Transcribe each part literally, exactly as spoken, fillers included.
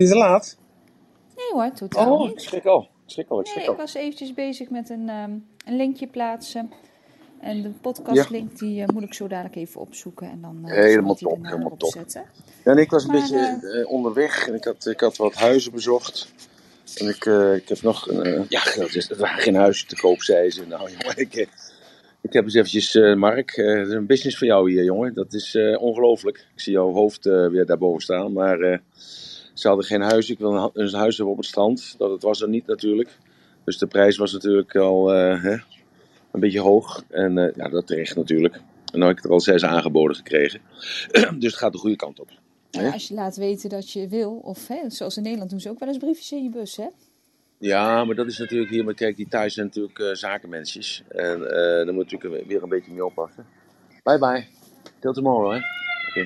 Is het laat? Nee hoor, totaal Oh, ik niet. schrik al. Ik schrik al, ik Nee, schrik ik al. was eventjes bezig met een, um, een linkje plaatsen. En de Ja, podcastlink die uh, moet ik zo dadelijk even opzoeken. En dan uh, zal helemaal ik die top, daarna helemaal erop top. zetten. Ja, en ik was een Maar beetje uh, eh, onderweg en ik had, ik had wat huizen bezocht. En ik, eh, ik heb nog, eh, ja, dat is- er waren geen huizen te koop, zei ze. Nou jongen, ik, eh, ik heb eens eventjes, eh, Mark, eh, er is een business voor jou hier, jongen. Dat is eh, ongelooflijk. Ik zie jouw hoofd eh, weer daarboven staan, maar eh, ze hadden geen huis. Ik wil een, hu- een huis hebben op het strand. Dat het was er niet natuurlijk. Dus de prijs was natuurlijk al eh, hè, een beetje hoog. En eh, ja, dat terecht natuurlijk. En nu heb ik er al zes aangeboden gekregen. Dus het gaat de goede kant op. nou Hè? ja, als je laat weten dat je wil, of hè, zoals in Nederland doen ze ook wel eens briefjes in je bus, hè? Ja, maar dat is natuurlijk hier. Maar kijk, die thuis zijn natuurlijk eh, zakenmensjes. En eh daar moet je natuurlijk weer een beetje mee oppassen. Bye bye. Till tomorrow, hè? Oké.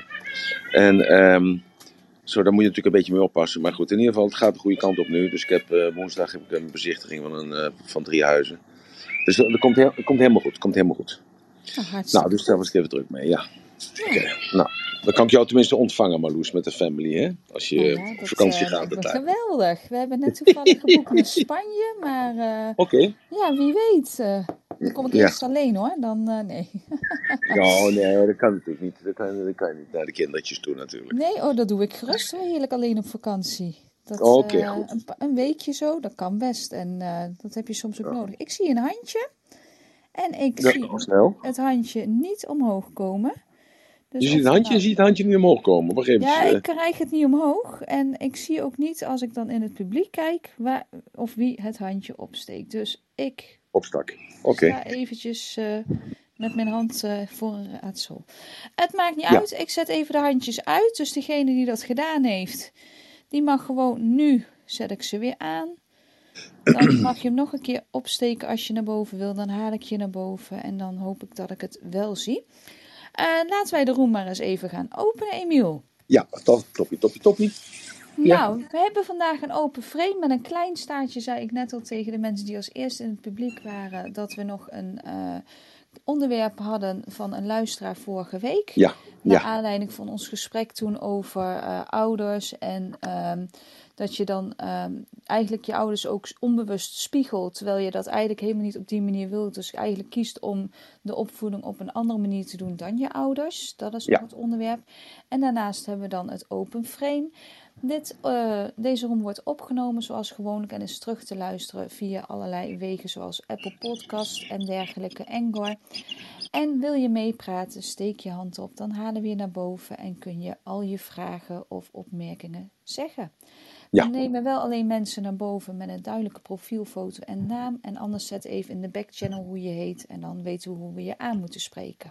En ehm zo, daar moet je natuurlijk een beetje mee oppassen. Maar goed, in ieder geval, het gaat de goede kant op nu. Dus ik heb eh, woensdag heb ik een bezichtiging van, een, eh, van drie huizen. Dus dat, dat, komt, heel, dat komt helemaal goed. Komt helemaal goed. Nou, Nou, hartstikke dus daar was goed. ik even druk mee, ja. Ja. Oké, nou, dan kan ik jou tenminste ontvangen, Marloes, met de family, hè? Als Nou je ja, op dat vakantie uh, gaat lijkt de me tijd. geweldig. We hebben net toevallig geboekt naar Spanje, maar uh, Oké, ja, wie weet. Uh, dan kom ik ja. eerst alleen hoor, dan uh, nee. Ja, nee, dat kan natuurlijk niet. Dat kan, dat kan je niet naar de kindertjes toe natuurlijk. Nee, oh, dat doe ik gerust hoor, heerlijk alleen op vakantie. Dat, Oké, uh, goed. een, pa- een weekje zo, dat kan best. En uh, dat heb je soms ook Ja, nodig. Ik zie een handje en ik dat is al zie snel. het handje niet omhoog komen. Je Dus ziet of het dat handje, je nou... ziet het handje niet omhoog komen. Wacht eventjes. Ja, eh. ik krijg het niet omhoog. En ik zie ook niet, als ik dan in het publiek kijk, waar, of wie het handje opsteekt. Dus ik Opstak. Oké. sta eventjes uh, met mijn hand uh, voor een raadsel. Het maakt niet Ja. uit. Ik zet even de handjes uit. Dus degene die dat gedaan heeft, die mag gewoon nu, zet ik ze weer aan. Dan mag je hem nog een keer opsteken als je naar boven wil. Dan haal ik je naar boven en dan hoop ik dat ik het wel zie. Uh, laten wij de room maar eens even gaan openen, Emiel. Ja, top, toppie, toppie, toppie. Ja. Nou, we hebben vandaag een open frame met een klein staartje, zei ik net al tegen de mensen die als eerste in het publiek waren, dat we nog een uh, onderwerp hadden van een luisteraar vorige week. Ja. Naar Ja. aanleiding van ons gesprek toen over uh, ouders en um, dat je dan um, eigenlijk je ouders ook onbewust spiegelt, terwijl je dat eigenlijk helemaal niet op die manier wilt. Dus eigenlijk kiest om de opvoeding op een andere manier te doen dan je ouders. Dat is Ja. nog het onderwerp. En daarnaast hebben we dan het open frame. Dit, uh, deze room wordt opgenomen zoals gewoonlijk en is terug te luisteren via allerlei wegen zoals Apple Podcast en dergelijke, Anchor. En wil je meepraten, steek je hand op, dan halen we je naar boven en kun je al je vragen of opmerkingen zeggen. Ja. We nemen wel alleen mensen naar boven met een duidelijke profielfoto en naam. En anders zet even in de backchannel hoe je heet en dan weten we hoe we je aan moeten spreken.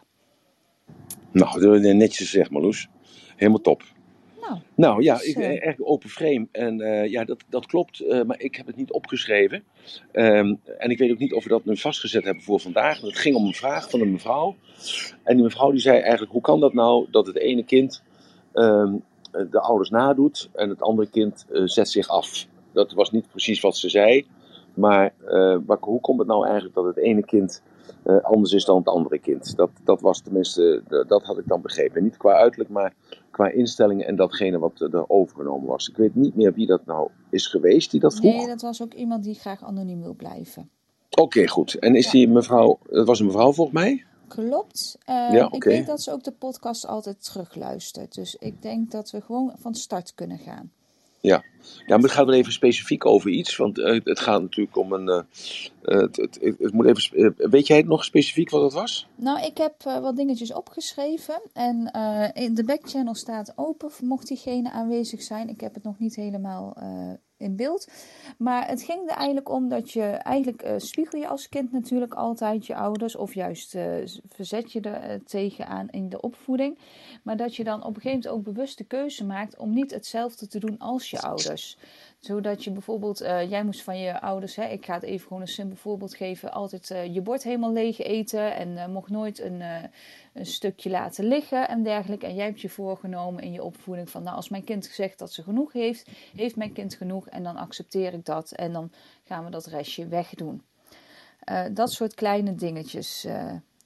Nou, dat heb je netjes gezegd, Marloes. Helemaal top. Nou, Nou ja, dus, ik, uh, echt open frame. En uh, ja, dat, dat klopt. Uh, maar ik heb het niet opgeschreven. Um, en ik weet ook niet of we dat nu vastgezet hebben voor vandaag. Het ging om een vraag van een mevrouw. En die mevrouw die zei eigenlijk, hoe kan dat nou dat het ene kind um, de ouders nadoet en het andere kind uh, zet zich af? Dat was niet precies wat ze zei. Maar, uh, maar hoe komt het nou eigenlijk dat het ene kind uh, anders is dan het andere kind? Dat, dat was tenminste, uh, dat had ik dan begrepen. Niet qua uiterlijk, maar qua instellingen en datgene wat er overgenomen was. Ik weet niet meer wie dat nou is geweest die dat vroeg. nee, dat was ook iemand die graag anoniem wil blijven. Oké, okay, goed. En is ja. die mevrouw, dat was een mevrouw volgens mij? Klopt. Uh, ja, okay. Ik weet dat ze ook de podcast altijd terugluistert. Dus ik denk dat we gewoon van start kunnen gaan. Ja, ja, maar het gaat wel even specifiek over iets, want uh, het gaat natuurlijk om een... Uh, uh, het, het, het, het moet even, uh, weet jij nog specifiek wat het was? Nou, ik heb uh, wat dingetjes opgeschreven en uh, in de backchannel staat open, mocht diegene aanwezig zijn. Ik heb het nog niet helemaal uh, in beeld. Maar het ging er eigenlijk om dat je, eigenlijk uh, spiegel je als kind natuurlijk altijd je ouders, of juist uh, verzet je er uh, tegenaan in de opvoeding. Maar dat je dan op een gegeven moment ook bewust de keuze maakt om niet hetzelfde te doen als je ouders. Zodat je bijvoorbeeld, uh, jij moest van je ouders, hè, ik ga het even gewoon een simpel voorbeeld geven, altijd uh, je bord helemaal leeg eten en uh, mocht nooit een, uh, een stukje laten liggen en dergelijke. En jij hebt je voorgenomen in je opvoeding van, nou, als mijn kind zegt dat ze genoeg heeft, heeft mijn kind genoeg en dan accepteer ik dat en dan gaan we dat restje wegdoen. Uh, dat soort kleine dingetjes uh,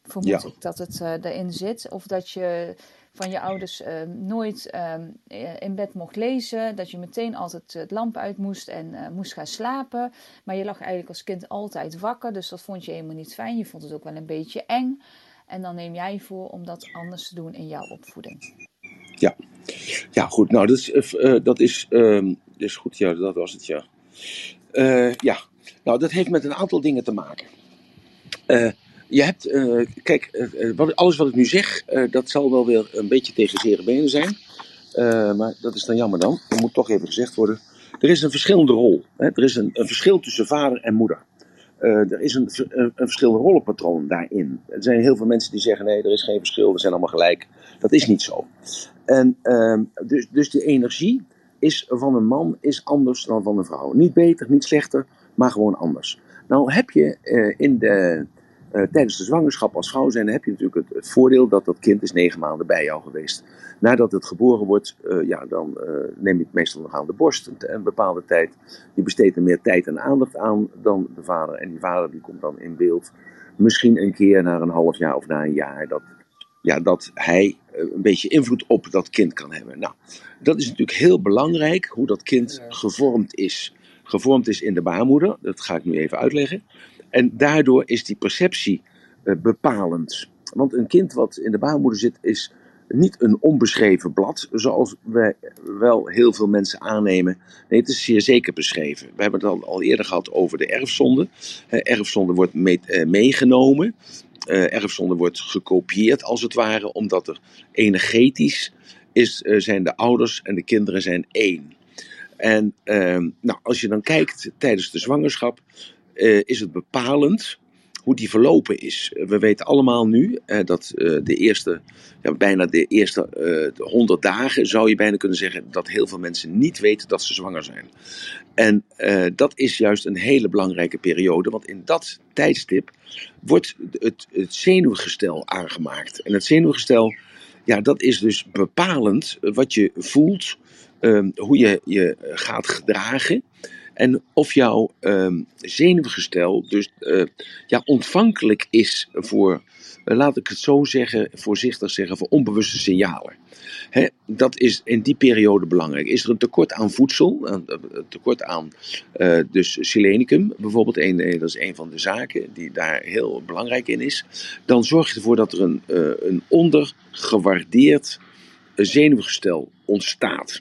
vermoed Ja. ik dat het uh, erin zit. Of dat je van je ouders uh, nooit uh, in bed mocht lezen. Dat je meteen altijd het lamp uit moest en uh, moest gaan slapen. Maar je lag eigenlijk als kind altijd wakker. Dus dat vond je helemaal niet fijn. Je vond het ook wel een beetje eng. En dan neem jij je voor om dat anders te doen in jouw opvoeding. Ja, ja goed. Nou, dat is, uh, dat is, uh, is goed. Ja, dat was het, ja. Uh, ja, nou, dat heeft met een aantal dingen te maken. Uh, je hebt, uh, kijk, uh, wat, alles wat ik nu zeg, uh, dat zal wel weer een beetje tegen zere benen zijn. Uh, maar dat is dan jammer dan. Dat moet toch even gezegd worden. Er is een verschillende rol. Hè? Er is een, een verschil tussen vader en moeder. Uh, er is een, een, een verschillende rollenpatroon daarin. Er zijn heel veel mensen die zeggen, nee, er is geen verschil, we zijn allemaal gelijk. Dat is niet zo. En, uh, dus, dus de energie is van een man is anders dan van een vrouw. Niet beter, niet slechter, maar gewoon anders. Nou heb je uh, in de, uh, tijdens de zwangerschap als vrouw zijn, heb je natuurlijk het, het voordeel dat dat kind is negen maanden bij jou geweest. Nadat het geboren wordt, uh, ja, dan uh, neem je het meestal nog aan de borst een, een bepaalde tijd. Je besteedt er meer tijd en aandacht aan dan de vader. En die vader die komt dan in beeld misschien een keer na een half jaar of na een jaar dat, ja, dat hij uh, een beetje invloed op dat kind kan hebben. Nou, dat is natuurlijk heel belangrijk hoe dat kind gevormd is. Gevormd is in de baarmoeder, dat ga ik nu even uitleggen. En daardoor is die perceptie uh, bepalend. Want een kind wat in de baarmoeder zit is niet een onbeschreven blad, zoals wij wel heel veel mensen aannemen. Nee, het is zeer zeker beschreven. We hebben het al, al eerder gehad over de erfzonde. Uh, erfzonde wordt mee, uh, meegenomen. Uh, erfzonde wordt gekopieerd als het ware, omdat er energetisch is, uh, zijn de ouders en de kinderen zijn één. En uh, nou, als je dan kijkt tijdens de zwangerschap, uh, is het bepalend hoe die verlopen is. We weten allemaal nu uh, dat uh, de eerste, ja, bijna de eerste uh, honderd dagen, zou je bijna kunnen zeggen, dat heel veel mensen niet weten dat ze zwanger zijn. En uh, dat is juist een hele belangrijke periode, want in dat tijdstip wordt het, het zenuwgestel aangemaakt. En het zenuwgestel, ja, dat is dus bepalend wat je voelt, um, hoe je je gaat gedragen. En of jouw um, zenuwgestel dus uh, ja, ontvankelijk is voor, uh, laat ik het zo zeggen, voorzichtig zeggen, voor onbewuste signalen. He, dat is in die periode belangrijk. Is er een tekort aan voedsel, een tekort aan uh, dus selenicum bijvoorbeeld, een, dat is een van de zaken die daar heel belangrijk in is, dan zorg je ervoor dat er een, uh, een ondergewaardeerd zenuwgestel ontstaat.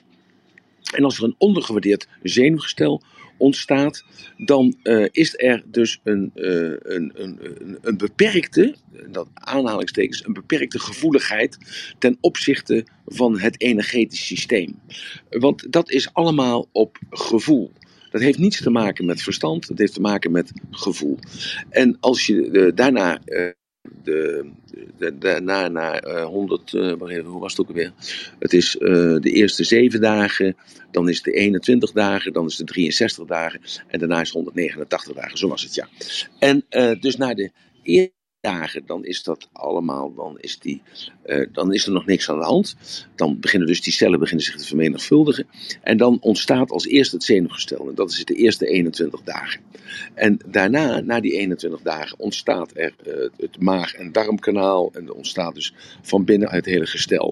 En als er een ondergewaardeerd zenuwgestel ontstaat, dan uh, is er dus een, uh, een, een, een beperkte, dat aanhalingstekens, een beperkte gevoeligheid ten opzichte van het energetisch systeem. Want dat is allemaal op gevoel. Dat heeft niets te maken met verstand, dat heeft te maken met gevoel. En als je uh, daarna... Uh, De, de, de, na, na uh, honderd, uh, maar even, hoe was het ook alweer? Het is uh, de eerste zeven dagen, dan is het de eenentwintig dagen, dan is het de drieënzestig dagen en daarna is het honderdnegenentachtig dagen, zo was het, ja. En uh, dus na de eerste dagen, dan is dat allemaal, dan is, die, uh, dan is er nog niks aan de hand. Dan beginnen dus die cellen beginnen zich te vermenigvuldigen. En dan ontstaat als eerste het zenuwgestel. En dat is de eerste eenentwintig dagen. En daarna, na die eenentwintig dagen, ontstaat er uh, het maag- en darmkanaal. En er ontstaat dus van binnen het hele gestel.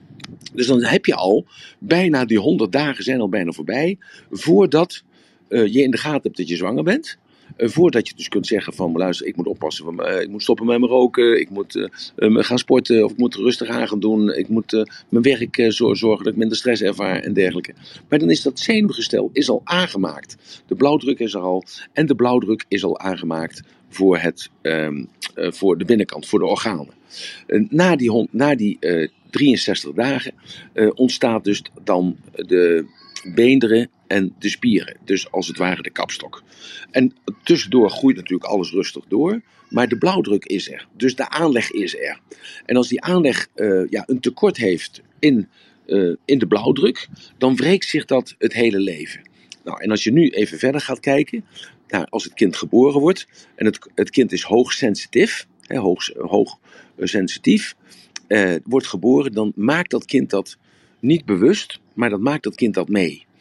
Dus dan heb je al, bijna die honderd dagen zijn al bijna voorbij, voordat uh, je in de gaten hebt dat je zwanger bent. Uh, voordat je dus kunt zeggen van, luister, ik moet oppassen, van, uh, ik moet stoppen met mijn roken, ik moet uh, uh, gaan sporten, of ik moet rustig aan gaan doen, ik moet uh, mijn werk uh, zorgen dat ik minder stress ervaar en dergelijke. Maar dan is dat zenuwgestel is al aangemaakt. De blauwdruk is er al, en de blauwdruk is al aangemaakt voor, het, um, uh, voor de binnenkant, voor de organen. Uh, na die, hond, na die uh, drieënzestig dagen uh, ontstaat dus dan de beenderen en de spieren. Dus als het ware de kapstok. En tussendoor groeit natuurlijk alles rustig door. Maar de blauwdruk is er. Dus de aanleg is er. En als die aanleg uh, ja, een tekort heeft in, uh, in de blauwdruk, dan wreekt zich dat het hele leven. Nou, en als je nu even verder gaat kijken, nou, als het kind geboren wordt en het, het kind is hoogsensitief, hè, hoog, hoog uh, sensitief, uh, wordt geboren, dan maakt dat kind dat niet bewust, maar dat maakt dat kind dat mee.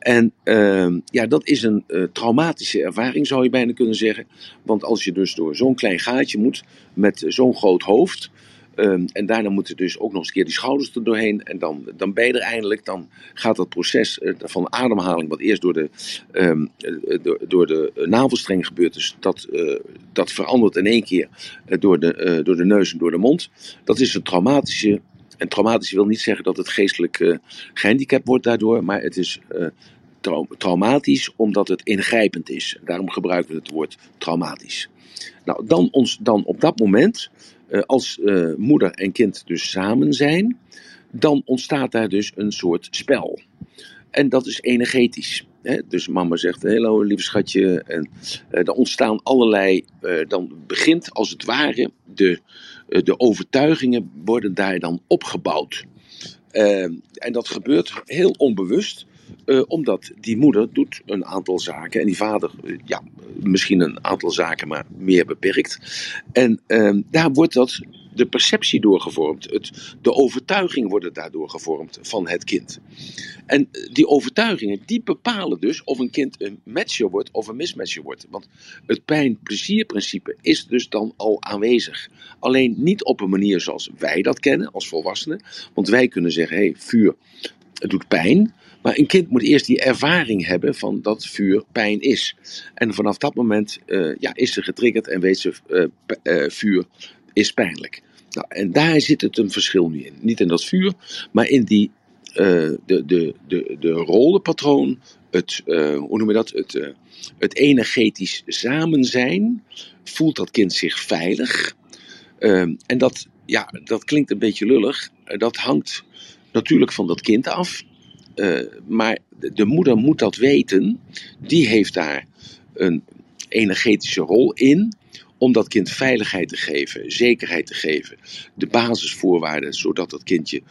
En uh, ja, dat is een uh, traumatische ervaring, zou je bijna kunnen zeggen. Want als je dus door zo'n klein gaatje moet, met zo'n groot hoofd, Um, en daarna moeten dus ook nog eens een keer die schouders er doorheen. En dan, dan ben je er eindelijk. Dan gaat dat proces uh, van ademhaling, wat eerst door de, um, uh, door, door de navelstreng gebeurt. Dus dat, uh, dat verandert in één keer uh, door, de, uh, door de neus en door de mond. Dat is een traumatische. En traumatisch wil niet zeggen dat het geestelijk uh, gehandicapt wordt daardoor. Maar het is uh, trau- traumatisch omdat het ingrijpend is. Daarom gebruiken we het woord traumatisch. Nou, dan, ons, dan op dat moment... Uh, als uh, moeder en kind dus samen zijn, dan ontstaat daar dus een soort spel. En dat is energetisch. Hè? Dus mama zegt, hallo lieve schatje. En uh, er ontstaan allerlei, uh, dan begint als het ware, de, uh, de overtuigingen worden daar dan opgebouwd. Uh, en dat gebeurt heel onbewust. Uh, omdat die moeder doet een aantal zaken en die vader, uh, ja, misschien een aantal zaken, maar meer beperkt. En uh, daar wordt dat, de perceptie doorgevormd. Het, de overtuiging wordt daardoor gevormd van het kind. En die overtuigingen, die bepalen dus of een kind een matcher wordt of een mismatcher wordt. Want het pijn-plezierprincipe is dus dan al aanwezig. Alleen niet op een manier zoals wij dat kennen als volwassenen. Want wij kunnen zeggen, hé, hey, vuur, het doet pijn. Maar een kind moet eerst die ervaring hebben van dat vuur pijn is. En vanaf dat moment uh, ja, is ze getriggerd en weet ze, uh, p- uh, vuur is pijnlijk. Nou, en daar zit het een verschil nu in. Niet in dat vuur, maar in die, uh, de, de, de, de rollenpatroon, het, uh, hoe noem je dat, het, uh, het energetisch samen zijn. Voelt dat kind zich veilig? Uh, en dat, ja, dat klinkt een beetje lullig. Uh, dat hangt natuurlijk van dat kind af. Uh, maar de moeder moet dat weten. Die heeft daar een energetische rol in. Om dat kind veiligheid te geven, zekerheid te geven. De basisvoorwaarden, zodat dat kindje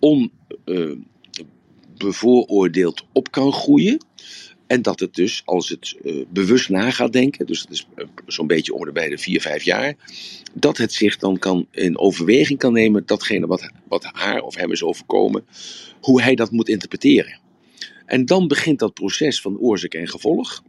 onbevooroordeeld uh, op kan groeien. En dat het dus, als het uh, bewust na gaat denken, dus dat is uh, zo'n beetje om de bij de vier, vijf jaar, dat het zich dan kan in overweging kan nemen, datgene wat, wat haar of hem is overkomen, hoe hij dat moet interpreteren. En dan begint dat proces van oorzaak en gevolg.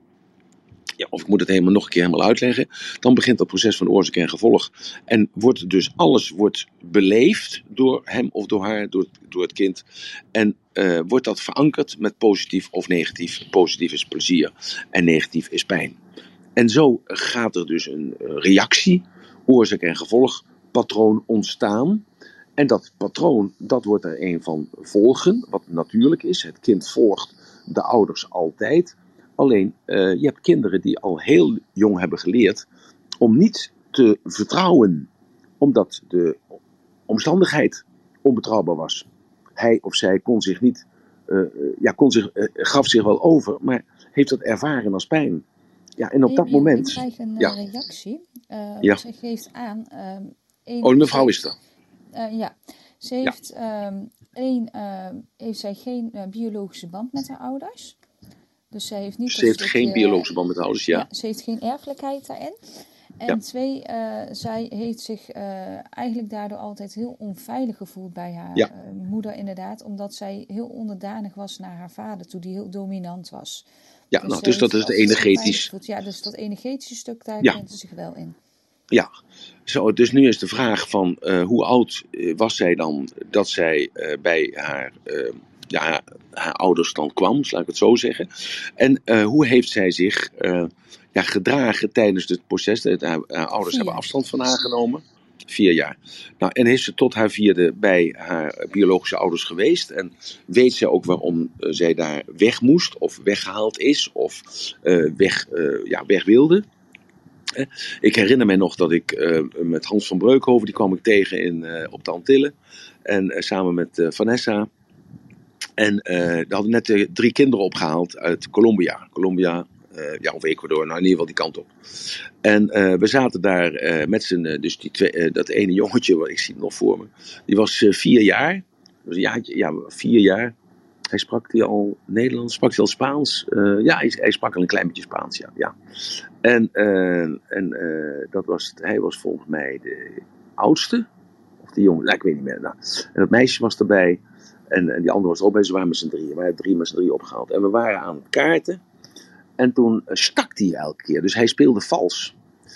Ja, of ik moet het helemaal nog een keer helemaal uitleggen. Dan begint dat proces van oorzaak en gevolg. En wordt dus alles wordt beleefd door hem of door haar, door, door het kind. En uh, wordt dat verankerd met positief of negatief. Positief is plezier en negatief is pijn. En zo gaat er dus een reactie, oorzaak en gevolg patroon ontstaan. En dat patroon, dat wordt er een van volgen, wat natuurlijk is. Het kind volgt de ouders altijd. Alleen, uh, je hebt kinderen die al heel jong hebben geleerd om niet te vertrouwen, omdat de omstandigheid onbetrouwbaar was. Hij of zij kon zich niet, uh, ja, kon zich, uh, gaf zich wel over, maar heeft dat ervaren als pijn. Ja, en op dat moment... Ik krijg een ja. reactie. Uh, ja. Ze geeft aan... Uh, een, oh, de mevrouw heeft, is er. Uh, ja, ze heeft... Ja. Um, één, uh, heeft zij geen uh, biologische band met haar ouders. Dus ze heeft niet... Ze heeft stukje, geen biologische band met haar ouders, ja. ja. Ze heeft geen erfelijkheid daarin. En ja. twee, uh, zij heeft zich uh, eigenlijk daardoor altijd heel onveilig gevoeld bij haar ja. uh, moeder inderdaad. Omdat zij heel onderdanig was naar haar vader, toen die heel dominant was. Ja, dus, nou, dus dat is het energetisch. Ja, dus dat energetische stuk, daar ja. kent ze zich wel in. Ja, zo, dus nu is de vraag van uh, hoe oud was zij dan dat zij uh, bij haar, uh, ja, haar ouders dan kwam, laat ik het zo zeggen. En uh, hoe heeft zij zich uh, ja, gedragen tijdens het proces? Haar, haar ouders Vier. hebben afstand van haar genomen. Vier jaar. Nou, en is ze tot haar vierde bij haar biologische ouders geweest? En weet zij ook waarom uh, zij daar weg moest of weggehaald is of uh, weg, uh, ja, weg wilde? Ik herinner me nog dat ik uh, met Hans van Breukhoven, die kwam ik tegen in, uh, op de Antillen. En uh, samen met uh, Vanessa. En uh, we hadden net uh, drie kinderen opgehaald uit Colombia. Colombia, uh, ja, of Ecuador, nou in ieder geval die kant op. En uh, we zaten daar uh, met z'n, uh, dus die twee, uh, dat ene jongetje, ik zie het nog voor me. Die was uh, vier jaar. Dus ja, ja, vier jaar. Hij sprak die al Nederlands, sprak hij al Spaans? Uh, ja, hij, hij sprak al een klein beetje Spaans, ja. ja. En, uh, en uh, dat was, hij was volgens mij de oudste, of de jongen, nou, ik weet niet meer. Nou. En dat meisje was erbij. En, en die andere was er ook bij, ze waren met z'n drieën. We waren drie met z'n drieën opgehaald. En we waren aan het kaarten. En toen uh, stak hij elke keer. Dus hij speelde vals.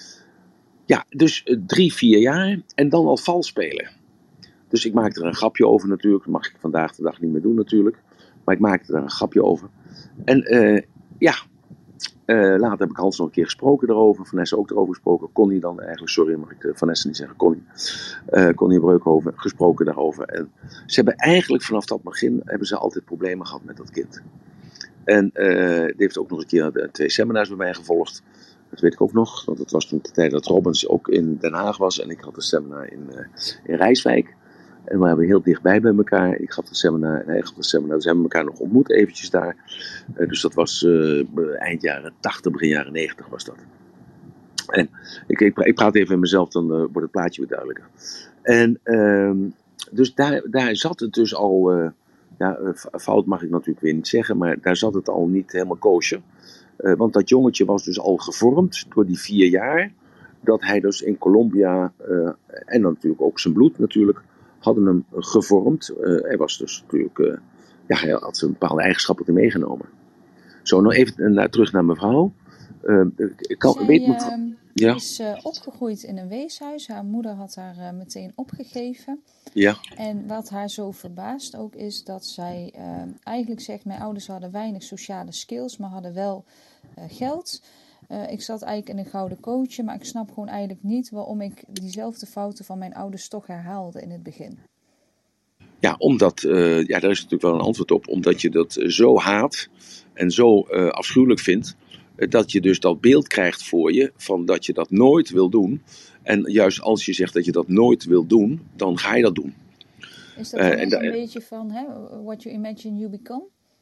Ja, dus uh, drie, vier jaar. En dan al vals spelen. Dus ik maakte er een grapje over natuurlijk. Dat mag ik vandaag de dag niet meer doen natuurlijk. Maar ik maakte er een grapje over. En uh, ja... Uh, later heb ik Hans nog een keer gesproken erover. Vanessa ook erover gesproken. Connie dan eigenlijk, sorry mag ik de Vanessa niet zeggen. Connie. Uh, Connie Breukhoven gesproken daarover. En ze hebben eigenlijk vanaf dat begin hebben ze altijd problemen gehad met dat kind. En uh, die heeft ook nog een keer de, twee seminars bij mij gevolgd. Dat weet ik ook nog. Want dat was toen de tijd dat Robbins ook in Den Haag was. En ik had een seminar in, uh, in Rijswijk. En we hebben heel dichtbij bij elkaar. Ik gaf een seminar en hij gaf een seminar. Dus we hebben elkaar nog ontmoet eventjes daar. Uh, dus dat was uh, eind jaren tachtig, begin jaren negentig was dat. En ik, ik, ik praat even in mezelf, dan uh, wordt het plaatje weer duidelijker. En uh, dus daar, daar zat het dus al... Uh, ja, fout mag ik natuurlijk weer niet zeggen, maar daar zat het al niet helemaal koosje. Uh, want dat jongetje was dus al gevormd door die vier jaar. Dat hij dus in Colombia, uh, en dan natuurlijk ook zijn bloed natuurlijk... hadden hem gevormd. Uh, hij was dus natuurlijk, uh, ja, hij had een bepaalde eigenschappen erin meegenomen. Zo, nog even uh, terug naar mevrouw. Uh, ik kan, Zij weet uh, ja. is uh, opgegroeid in een weeshuis. Haar moeder had haar uh, meteen opgegeven. Ja. En wat haar zo verbaast ook is dat zij uh, eigenlijk zegt... mijn ouders hadden weinig sociale skills, maar hadden wel uh, geld... Uh, ik zat eigenlijk in een gouden kootje, maar ik snap gewoon eigenlijk niet waarom ik diezelfde fouten van mijn ouders toch herhaalde in het begin. Ja, omdat, uh, ja, daar is natuurlijk wel een antwoord op. Omdat je dat zo haat en zo uh, afschuwelijk vindt, uh, dat je dus dat beeld krijgt voor je van dat je dat nooit wil doen. En juist als je zegt dat je dat nooit wil doen, dan ga je dat doen. Is dat uh, een da- beetje van, hè, what you imagine you become?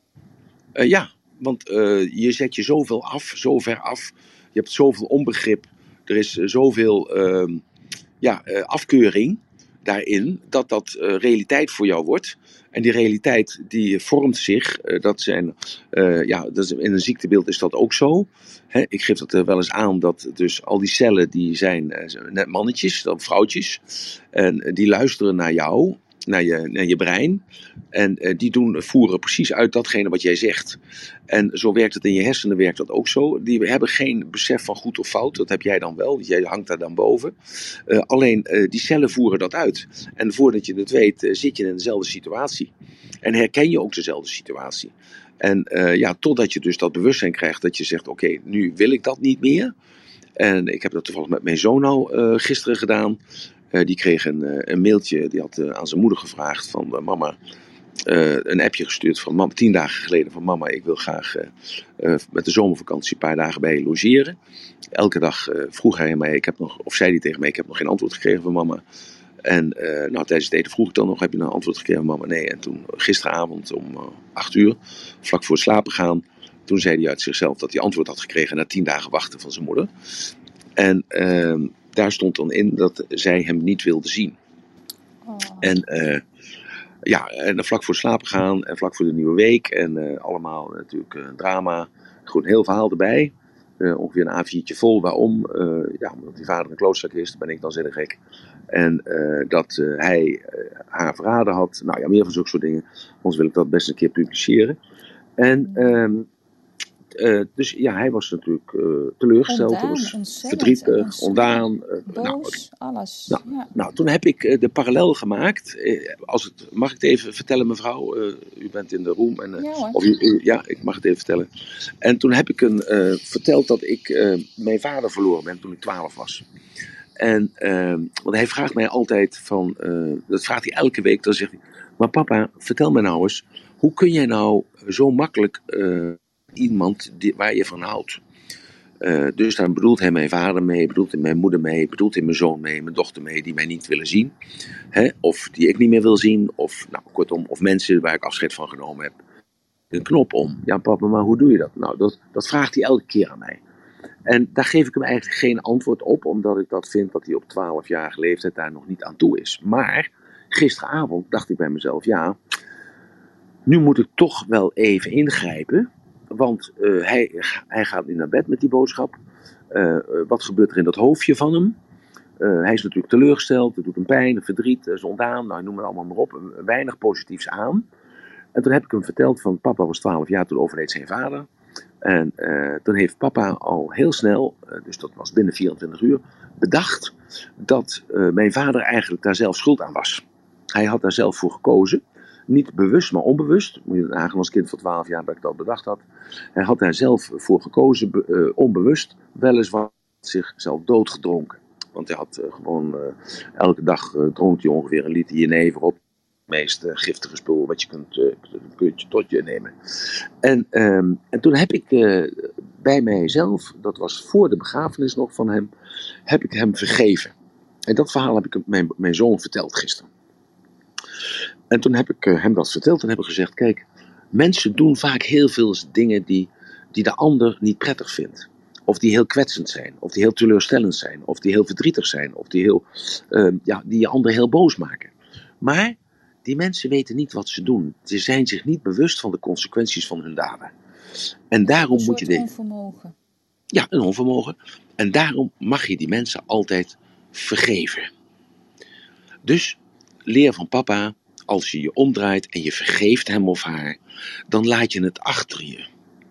Uh, ja. Want uh, je zet je zoveel af, zo ver af. Je hebt zoveel onbegrip. Er is uh, zoveel uh, ja, uh, afkeuring daarin. Dat dat uh, realiteit voor jou wordt. En die realiteit die vormt zich. Uh, dat zijn, uh, ja, dat is, in een ziektebeeld is dat ook zo. Hè, ik geef dat uh, wel eens aan. Dat dus al die cellen die zijn uh, net mannetjes, dan vrouwtjes. En uh, die luisteren naar jou. Naar je, naar je brein. En uh, die doen, voeren precies uit datgene wat jij zegt. En zo werkt het in je hersenen, werkt dat ook zo. Die hebben geen besef van goed of fout. Dat heb jij dan wel, want jij hangt daar dan boven. Uh, alleen uh, die cellen voeren dat uit. En voordat je het weet, uh, zit je in dezelfde situatie. En herken je ook dezelfde situatie. En uh, ja, totdat je dus dat bewustzijn krijgt dat je zegt, oké, okay, nu wil ik dat niet meer. En ik heb dat toevallig met mijn zoon nou uh, gisteren gedaan. Uh, die kreeg een, uh, een mailtje, die had uh, aan zijn moeder gevraagd van uh, mama, uh, een appje gestuurd van mama, tien dagen geleden van mama, ik wil graag uh, uh, met de zomervakantie een paar dagen bij je logeren. Elke dag uh, vroeg hij mij, ik heb nog, of zei hij tegen mij, ik heb nog geen antwoord gekregen van mama. En uh, nou, tijdens het eten vroeg ik dan nog, heb je een antwoord gekregen van mama? Nee. En toen gisteravond om uh, acht uur, vlak voor het slapen gaan, toen zei hij uit zichzelf dat hij antwoord had gekregen na tien dagen wachten van zijn moeder. En uh, daar stond dan in dat zij hem niet wilde zien. Oh. En uh, ja, en dan vlak voor slapen gaan en vlak voor de nieuwe week. En uh, allemaal natuurlijk uh, drama. Goed, een heel verhaal erbij. Uh, ongeveer een A viertje vol. Waarom? Uh, ja, omdat die vader een klootzak is, daar ben ik dan zin gek. En uh, dat uh, hij uh, haar verraden had. Nou ja, meer van zulke soort dingen. Anders wil ik dat best een keer publiceren. En... Uh, Uh, dus ja, hij was natuurlijk uh, teleurgesteld, Ontdaan, was verdrietig, ontdaan. Uh, boos, nou, alles. Nou, ja. nou, toen heb ik uh, de parallel gemaakt. Uh, als het, mag ik het even vertellen, mevrouw? Uh, u bent in de room. En, uh, ja, of u, u, ja, ik mag het even vertellen. En toen heb ik een, uh, verteld dat ik uh, mijn vader verloren ben toen ik twaalf was. En, uh, want hij vraagt mij altijd van, uh, dat vraagt hij elke week, dan zegt hij, maar papa, vertel me nou eens, hoe kun jij nou zo makkelijk... Uh, iemand die, waar je van houdt. Uh, dus dan bedoelt hij mijn vader mee, bedoelt hij mijn moeder mee, bedoelt hij mijn zoon mee, mijn dochter mee, die mij niet willen zien. Hè? Of die ik niet meer wil zien. Of nou, kortom, of mensen waar ik afscheid van genomen heb. Een knop om. Ja papa, maar hoe doe je dat? Nou, dat, dat vraagt hij elke keer aan mij. En daar geef ik hem eigenlijk geen antwoord op, omdat ik dat vind dat hij op twaalfjarige leeftijd daar nog niet aan toe is. Maar gisteravond dacht ik bij mezelf, ja, nu moet ik toch wel even ingrijpen. Want uh, hij, hij gaat nu naar bed met die boodschap. Uh, wat gebeurt er in dat hoofdje van hem? Uh, hij is natuurlijk teleurgesteld, het doet hem pijn, verdriet, uh, ondaan, nou, noem het allemaal maar op. Weinig positiefs aan. En toen heb ik hem verteld van papa was twaalf jaar, toen overleed zijn vader. En uh, toen heeft papa al heel snel, uh, dus dat was binnen vierentwintig uur, bedacht dat uh, mijn vader eigenlijk daar zelf schuld aan was. Hij had daar zelf voor gekozen. Niet bewust, maar onbewust. Moet je nagaan als kind van twaalf jaar dat ik dat bedacht had. Hij had daar zelf voor gekozen, uh, onbewust, weliswaar zichzelf doodgedronken. Want hij had uh, gewoon uh, elke dag uh, dronk hij ongeveer een liter jenever op. Het meest uh, giftige spul wat je kunt, uh, kunt tot je nemen. En, um, en toen heb ik uh, bij mijzelf, dat was voor de begrafenis nog van hem, heb ik hem vergeven. En dat verhaal heb ik mijn, mijn zoon verteld gisteren. En toen heb ik uh, hem dat verteld en heb ik gezegd, kijk, mensen doen vaak heel veel dingen die, die de ander niet prettig vindt. Of die heel kwetsend zijn, of die heel teleurstellend zijn, of die heel verdrietig zijn, of die, heel, uh, ja, die je ander heel boos maken. Maar die mensen weten niet wat ze doen. Ze zijn zich niet bewust van de consequenties van hun daden. En daarom een moet je... Een de... onvermogen. Ja, een onvermogen. En daarom mag je die mensen altijd vergeven. Dus leer van papa, als je je omdraait en je vergeeft hem of haar, dan laat je het achter je.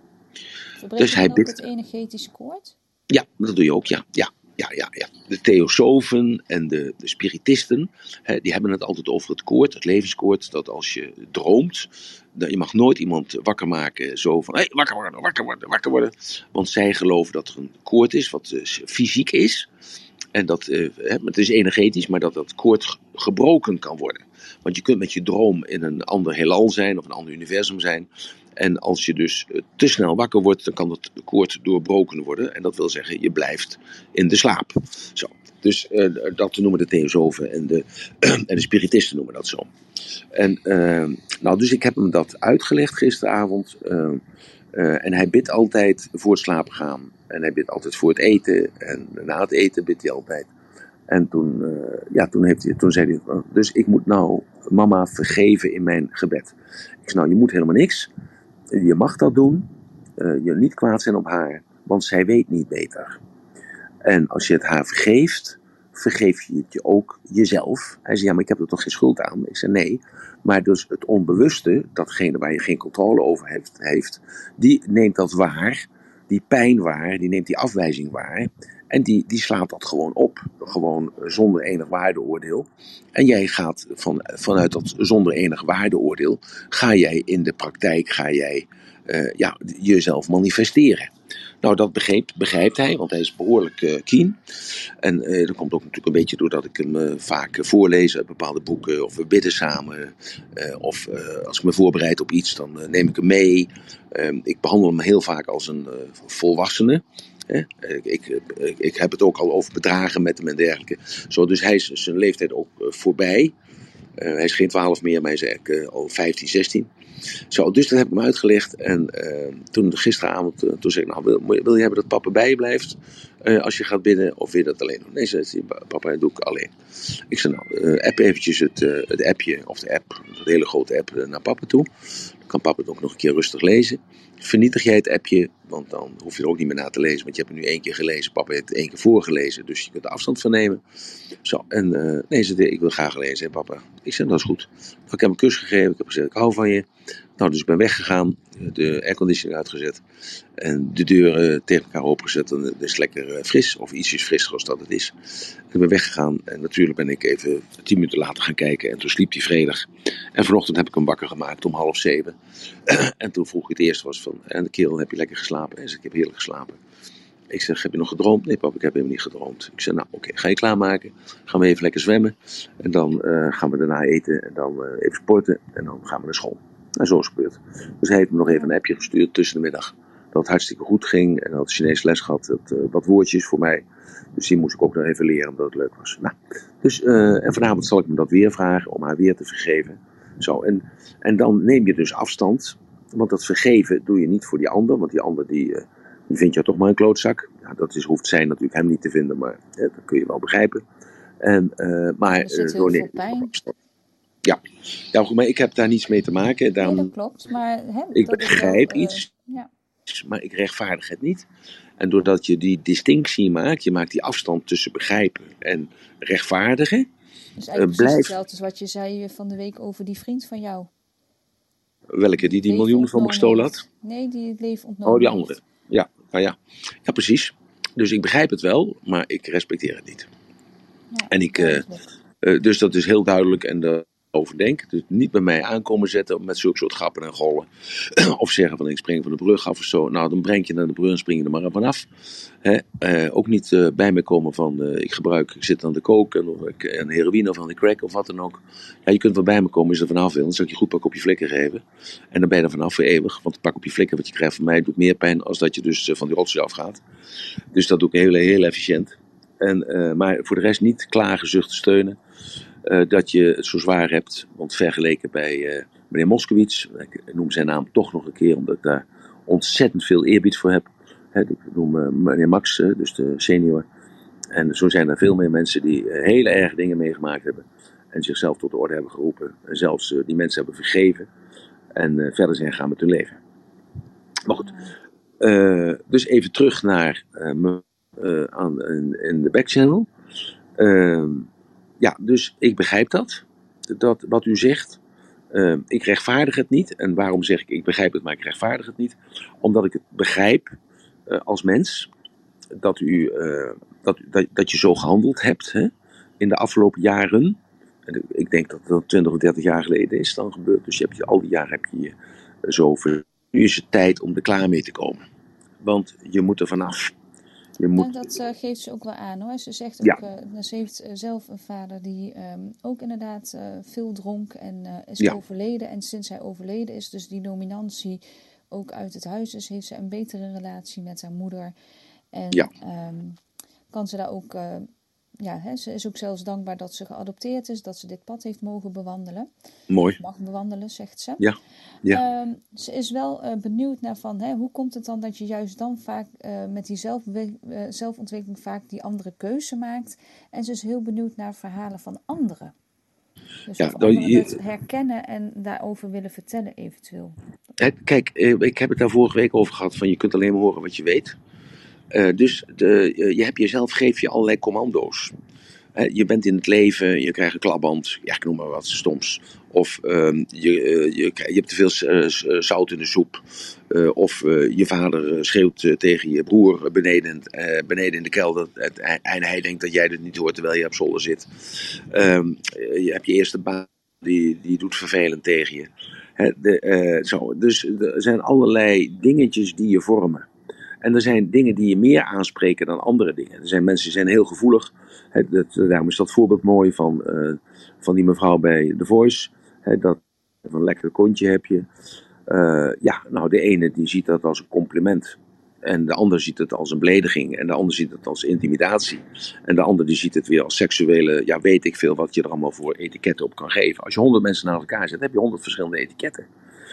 Verbreek dus je dan ook bidt... het energetisch koord? Ja, dat doe je ook, ja. ja. Ja, ja, ja. De theosofen en de, de spiritisten, hè, die hebben het altijd over het koord, het levenskoord, dat als je droomt, dat je mag nooit iemand wakker maken zo van, hé, hey, wakker worden, wakker worden, wakker worden. Want zij geloven dat er een koord is, wat uh, fysiek is, en dat, uh, hè, het is energetisch, maar dat dat koord gebroken kan worden. Want je kunt met je droom in een ander heelal zijn, of een ander universum zijn. En als je dus te snel wakker wordt, dan kan het koord doorbroken worden. En dat wil zeggen, je blijft in de slaap. Zo. Dus uh, dat noemen de theosofen en de, en de spiritisten noemen dat zo. En uh, nou, dus ik heb hem dat uitgelegd gisteravond. Uh, uh, en hij bidt altijd voor het slapen gaan. En hij bidt altijd voor het eten. En na het eten bidt hij altijd. En toen, uh, ja, toen, heeft hij, toen zei hij, dus ik moet nou mama vergeven in mijn gebed. Ik zei, nou, je moet helemaal niks. Je mag dat doen, uh, je niet kwaad zijn op haar, want zij weet niet beter. En als je het haar vergeeft, vergeef je het je ook jezelf. Hij zei, ja, maar ik heb er toch geen schuld aan? Ik zei, nee, maar dus het onbewuste, datgene waar je geen controle over heeft, heeft die neemt dat waar, die pijn waar, die neemt die afwijzing waar. En die, die slaat dat gewoon op, gewoon zonder enig waardeoordeel. En jij gaat van, vanuit dat zonder enig waardeoordeel, ga jij in de praktijk, ga jij uh, ja, jezelf manifesteren. Nou, dat begreep, begrijpt hij, want hij is behoorlijk uh, keen. En uh, dat komt ook natuurlijk een beetje doordat ik hem uh, vaak uh, voorlees uit bepaalde boeken. Of we bidden samen. Uh, of uh, als ik me voorbereid op iets, dan uh, neem ik hem mee. Uh, ik behandel hem heel vaak als een uh, volwassene. Ik, ik, ik, ik heb het ook al over bedragen met hem en dergelijke. Zo, dus hij is zijn leeftijd ook uh, voorbij. Uh, hij is geen twaalf meer, maar hij is eigenlijk uh, al vijftien, zestien. Zo, dus dat heb ik hem uitgelegd. En uh, toen gisteravond, uh, toen zei ik, nou, wil, wil je hebben dat papa bij je blijft uh, als je gaat bidden? Of wil je dat alleen doen? Nee, zei hij, papa, dat doe ik alleen. Ik zei, nou, uh, app eventjes het, uh, het appje, of de app, dat hele grote app, uh, naar papa toe. Dan kan papa het ook nog een keer rustig lezen. Vernietig jij het appje, want dan hoef je er ook niet meer naar te lezen. Want je hebt het nu één keer gelezen, papa heeft het één keer voorgelezen. Dus je kunt er afstand van nemen. Zo, en uh, nee, zei hij, ik wil graag lezen, hè, papa. Ik zei, dat is goed. Nou, ik heb hem een kus gegeven, ik heb gezegd, ik hou van je. Nou, dus ik ben weggegaan, de airconditioning uitgezet. En de deuren tegen elkaar opengezet. En het is lekker fris, of ietsjes frisser als dat het is. Ik ben weggegaan en natuurlijk ben ik even tien minuten later gaan kijken. En toen sliep hij vredig. En vanochtend heb ik hem wakker gemaakt om half zeven. En toen vroeg ik het eerst was van, en de kerel, heb je lekker geslapen? Hij zei, ik heb heerlijk geslapen. Ik zeg, heb je nog gedroomd? Nee, pap, ik heb helemaal niet gedroomd. Ik zeg, nou, oké, okay, ga je klaarmaken. Gaan we even lekker zwemmen. En dan uh, gaan we daarna eten. En dan uh, even sporten. En dan gaan we naar school. En zo is het gebeurd. Dus hij heeft me nog even een appje gestuurd tussen de middag. Dat het hartstikke goed ging. En hij had Chinees les gehad. Dat, uh, wat woordjes voor mij. Dus die moest ik ook nog even leren, omdat het leuk was. Nou, dus, uh, en vanavond zal ik me dat weer vragen. Om haar weer te vergeven. Zo, en, en dan neem je dus afstand. Want dat vergeven doe je niet voor die ander. Want die ander die... Uh, Die vindt jou toch maar een klootzak. Ja, dat is, hoeft zij natuurlijk hem niet te vinden, maar hè, dat kun je wel begrijpen. En, uh, maar, er zit heel uh, veel pijn. Ja. ja, goed, maar ik heb daar niets mee te maken. Daarom, nee, dat klopt. Maar, hè, ik dat begrijp wel, iets, uh, ja. maar ik rechtvaardig het niet. En doordat je die distinctie maakt, je maakt die afstand tussen begrijpen en rechtvaardigen. Dus eigenlijk uh, blijft... hetzelfde als wat je zei van de week over die vriend van jou. Welke? Die die leven miljoenen van me ontnomen gestolen heeft. had? Nee, die het leven ontnomen Oh, die heeft. andere. Ja, nou ja. Ja, precies. Dus ik begrijp het wel, maar ik respecteer het niet. Ja, En ik, uh, duidelijk. uh, dus dat is heel duidelijk en daarover denk. Dus niet bij mij aankomen zetten met zulke soort grappen en gollen. Of zeggen van ik spring van de brug af of zo. Nou, dan breng je naar de brug en spring je er maar vanaf. Hè? Uh, ook niet uh, bij me komen van uh, ik gebruik, ik zit aan de koken of ik, en heroïne of aan de crack of wat dan ook. Ja, je kunt wel bij me komen, is er vanaf wil. Dan zal ik je goed pak op je flikker geven. En dan ben je er vanaf voor eeuwig. Want pak op je flikker wat je krijgt van mij doet meer pijn als dat je dus uh, van die rotzooi afgaat. Dus dat doe ik heel, heel efficiënt. En, uh, maar voor de rest niet klagen, zuchten, steunen. Uh, dat je het zo zwaar hebt. Want vergeleken bij uh, meneer Moskowitz, ik noem zijn naam toch nog een keer omdat ik daar ontzettend veel eerbied voor heb. He, ik noem uh, meneer Max, uh, dus de senior. En zo zijn er veel meer mensen die uh, hele erge dingen meegemaakt hebben. En zichzelf tot de orde hebben geroepen. En zelfs uh, die mensen hebben vergeven. En uh, verder zijn gaan met hun leven. Maar goed. Uh, dus even terug naar uh, me, uh, aan, in, in de backchannel. Uh, ja, dus ik begrijp dat. Dat wat u zegt. Uh, ik rechtvaardig het niet. En waarom zeg ik ik begrijp het, maar ik rechtvaardig het niet? Omdat ik het begrijp uh, als mens. Dat, u, uh, dat, dat, dat je zo gehandeld hebt hè, in de afgelopen jaren. En ik denk dat dat twintig of dertig jaar geleden is dan gebeurd. Dus je hebt je, al die jaren heb je je uh, zo ver. Nu is het tijd om er klaar mee te komen. Want je moet er vanaf. Je moet... Ja, dat uh, geeft ze ook wel aan hoor. Ze zegt ook, ja. uh, ze heeft uh, zelf een vader die um, ook inderdaad uh, veel dronk en uh, is ja. overleden. En sinds hij overleden is, dus die dominantie ook uit het huis is, heeft ze een betere relatie met haar moeder. En ja. um, kan ze daar ook, uh, ja, hè, ze is ook zelfs dankbaar dat ze geadopteerd is, dat ze dit pad heeft mogen bewandelen. Mooi. Mag bewandelen, zegt ze. Ja. Ja. Um, ze is wel uh, benieuwd naar van, hè, hoe komt het dan dat je juist dan vaak uh, met die zelfbe- uh, zelfontwikkeling vaak die andere keuze maakt. En ze is heel benieuwd naar verhalen van anderen. Dus ja, of dan, anderen je, het herkennen en daarover willen vertellen eventueel. Het, kijk, ik heb het daar vorige week over gehad van je kunt alleen maar horen wat je weet. Uh, dus de, uh, je hebt jezelf, geef je allerlei commando's. Uh, je bent in het leven, je krijgt een klapband, ja, ik noem maar wat stoms. Of uh, je, uh, je, je hebt te veel uh, zout in de soep. Uh, of uh, je vader schreeuwt uh, tegen je broer beneden, uh, beneden in de kelder. En hij denkt dat jij het niet hoort terwijl je op zolder zit. Uh, je hebt je eerste baan, die, die doet vervelend tegen je. He, de, uh, zo. Dus er zijn allerlei dingetjes die je vormen. En er zijn dingen die je meer aanspreken dan andere dingen. Er zijn mensen die zijn heel gevoelig. He, dat, daarom is dat voorbeeld mooi van, uh, van die mevrouw bij The Voice. He, dat van een lekker kontje heb je. Uh, ja, nou de ene die ziet dat als een compliment. En de ander ziet het als een belediging. En de ander ziet het als intimidatie. En de ander die ziet het weer als seksuele, ja weet ik veel wat je er allemaal voor etiketten op kan geven. Als je honderd mensen naast elkaar zet, heb je honderd verschillende etiketten.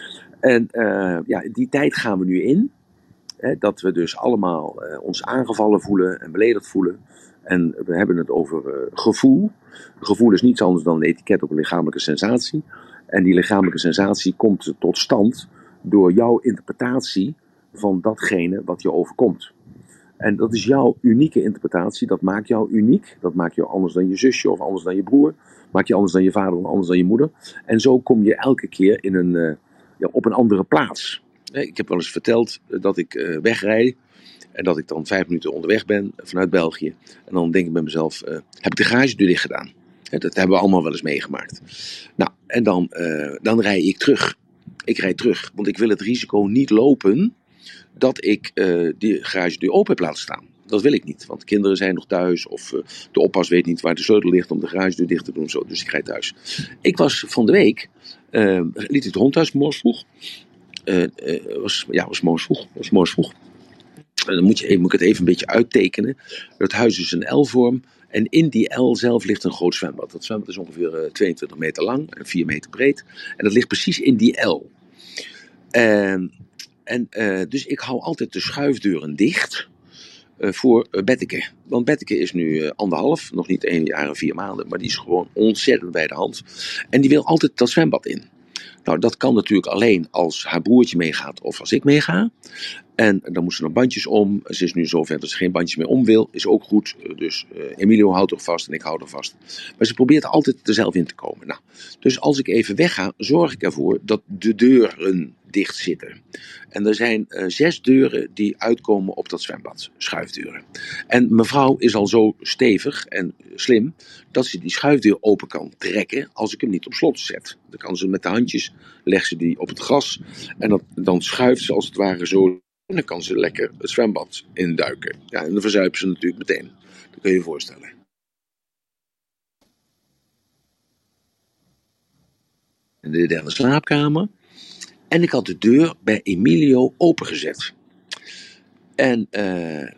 En uh, ja, die tijd gaan we nu in. Hè, dat we dus allemaal uh, ons aangevallen voelen en beledigd voelen. En we hebben het over uh, gevoel. Gevoel is niets anders dan een etiket op een lichamelijke sensatie. En die lichamelijke sensatie komt tot stand door jouw interpretatie van datgene wat je overkomt. En dat is jouw unieke interpretatie. Dat maakt jou uniek. Dat maakt jou anders dan je zusje of anders dan je broer. Maakt je anders dan je vader of anders dan je moeder. En zo kom je elke keer in een, uh, ja, op een andere plaats. Ik heb wel eens verteld dat ik uh, wegrijd. En dat ik dan vijf minuten onderweg ben vanuit België. En dan denk ik bij mezelf, uh, heb ik de garagedeur dicht gedaan? Dat hebben we allemaal wel eens meegemaakt. Nou, en dan, uh, dan rij ik terug. Ik rijd terug, want ik wil het risico niet lopen dat ik uh, die garagedeur open heb laten staan. Dat wil ik niet, want kinderen zijn nog thuis of uh, de oppas weet niet waar de sleutel ligt om de garagedeur dicht te doen. Zo, dus ik rijd thuis. Ik was van de week, uh, liet ik de hond thuis morgens vroeg. Uh, uh, was, ja, was morgens vroeg. Was morgens vroeg. Uh, dan moet, je, moet ik het even een beetje uittekenen. Het huis is een L-vorm. En in die L zelf ligt een groot zwembad. Dat zwembad is ongeveer uh, tweeëntwintig meter lang en vier meter breed. En dat ligt precies in die L. En, en, uh, dus ik hou altijd de schuifdeuren dicht uh, voor uh, Betteke. Want Betteke is nu uh, anderhalf, nog niet één jaar en vier maanden. Maar die is gewoon ontzettend bij de hand. En die wil altijd dat zwembad in. Nou, dat kan natuurlijk alleen als haar broertje meegaat of als ik meega. En dan moest ze nog bandjes om. Ze is nu zover dat ze geen bandjes meer om wil. Is ook goed. Dus uh, Emilio houdt er vast en ik hou er vast. Maar ze probeert altijd er zelf in te komen. Nou, dus als ik even wegga, zorg ik ervoor dat de deuren dicht zitten. En er zijn uh, zes deuren die uitkomen op dat zwembad. Schuifdeuren. En mevrouw is al zo stevig en slim dat ze die schuifdeur open kan trekken als ik hem niet op slot zet. Dan kan ze met de handjes, legt ze die op het gras en dat, dan schuift ze als het ware zo. En dan kan ze lekker het zwembad induiken. Ja, en dan verzuipen ze natuurlijk meteen. Dat kun je je voorstellen. In de derde slaapkamer. En ik had de deur bij Emilio opengezet. En uh,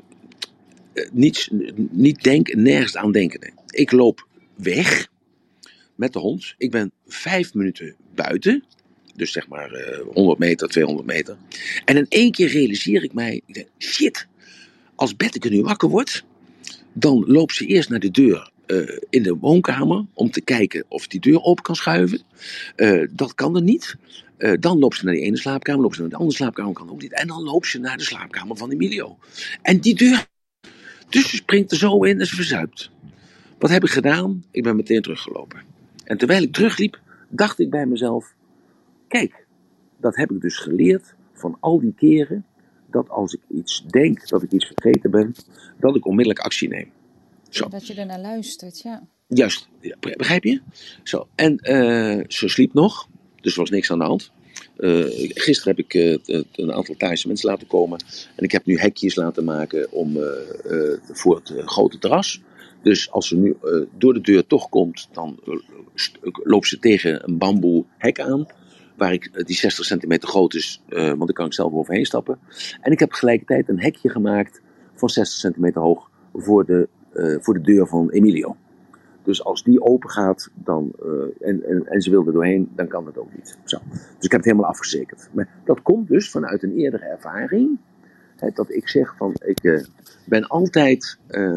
niets, niet denk, nergens aan denken. Ik loop weg met de hond. Ik ben vijf minuten buiten. Dus zeg maar uh, honderd meter, tweehonderd meter. En in één keer realiseer ik mij, ik denk, shit, als Betteke nu wakker wordt, dan loopt ze eerst naar de deur uh, in de woonkamer om te kijken of die deur open kan schuiven. Uh, dat kan er niet. Uh, dan loopt ze naar die ene slaapkamer, loopt ze naar de andere slaapkamer, kan ook niet. En dan loopt ze naar de slaapkamer van Emilio. En die deur, dus ze springt er zo in en ze verzuipt. Wat heb ik gedaan? Ik ben meteen teruggelopen. En terwijl ik terugliep, dacht ik bij mezelf, kijk, dat heb ik dus geleerd van al die keren dat als ik iets denk, dat ik iets vergeten ben, dat ik onmiddellijk actie neem. Zo. Dat je ernaar luistert, ja. Juist, ja, begrijp je? Zo. En uh, ze sliep nog, dus er was niks aan de hand. Uh, gisteren heb ik uh, een aantal Thaise mensen laten komen. En ik heb nu hekjes laten maken om, uh, uh, voor het uh, grote terras. Dus als ze nu uh, door de deur toch komt, dan uh, loopt ze tegen een bamboe hek aan. Waar ik, uh, die zestig centimeter groot is, uh, want daar kan ik zelf overheen stappen. En ik heb tegelijkertijd een hekje gemaakt van zestig centimeter hoog voor de, uh, voor de deur van Emilio. Dus als die open gaat dan, uh, en, en, en ze wil er doorheen, dan kan dat ook niet. Zo. Dus ik heb het helemaal afgezekerd. Maar dat komt dus vanuit een eerdere ervaring. Hè, dat ik zeg van, ik uh, ben altijd, uh,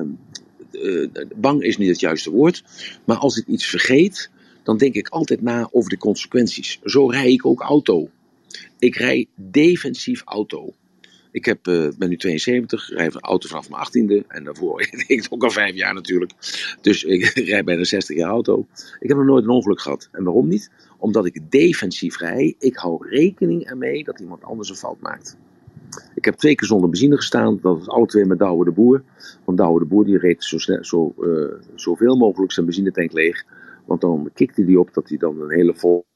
uh, bang is niet het juiste woord. Maar als ik iets vergeet, dan denk ik altijd na over de consequenties. Zo rij ik ook auto. Ik rij defensief auto. Ik heb, uh, ben nu tweeënzeventig, rijd een auto vanaf mijn achttiende. En daarvoor deed ik het ook al vijf jaar natuurlijk. Dus ik rijd bijna zestig jaar auto. Ik heb nog nooit een ongeluk gehad. En waarom niet? Omdat ik defensief rij. Ik hou rekening ermee dat iemand anders een fout maakt. Ik heb twee keer zonder benzine gestaan. Dat was alle twee met Douwe de Boer. Want Douwe de Boer die reed zo snel, zo, uh, zoveel mogelijk zijn benzinetank leeg. Want dan kikte hij op dat hij dan een hele vol...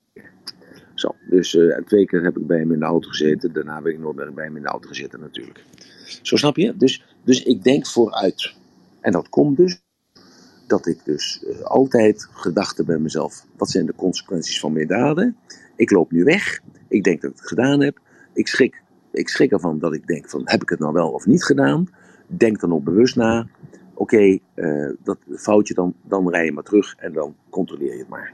Zo, dus uh, twee keer heb ik bij hem in de auto gezeten. Daarna ben ik nooit meer bij hem in de auto gezeten natuurlijk. Zo snap je? Dus, dus ik denk vooruit. En dat komt dus dat ik dus uh, altijd gedacht heb bij mezelf. Wat zijn de consequenties van mijn daden? Ik loop nu weg. Ik denk dat ik het gedaan heb. Ik schrik, ik schrik ervan dat ik denk van heb ik het nou wel of niet gedaan? Denk dan ook bewust na. Oké, okay, uh, dat foutje dan, dan rij je maar terug en dan controleer je het maar.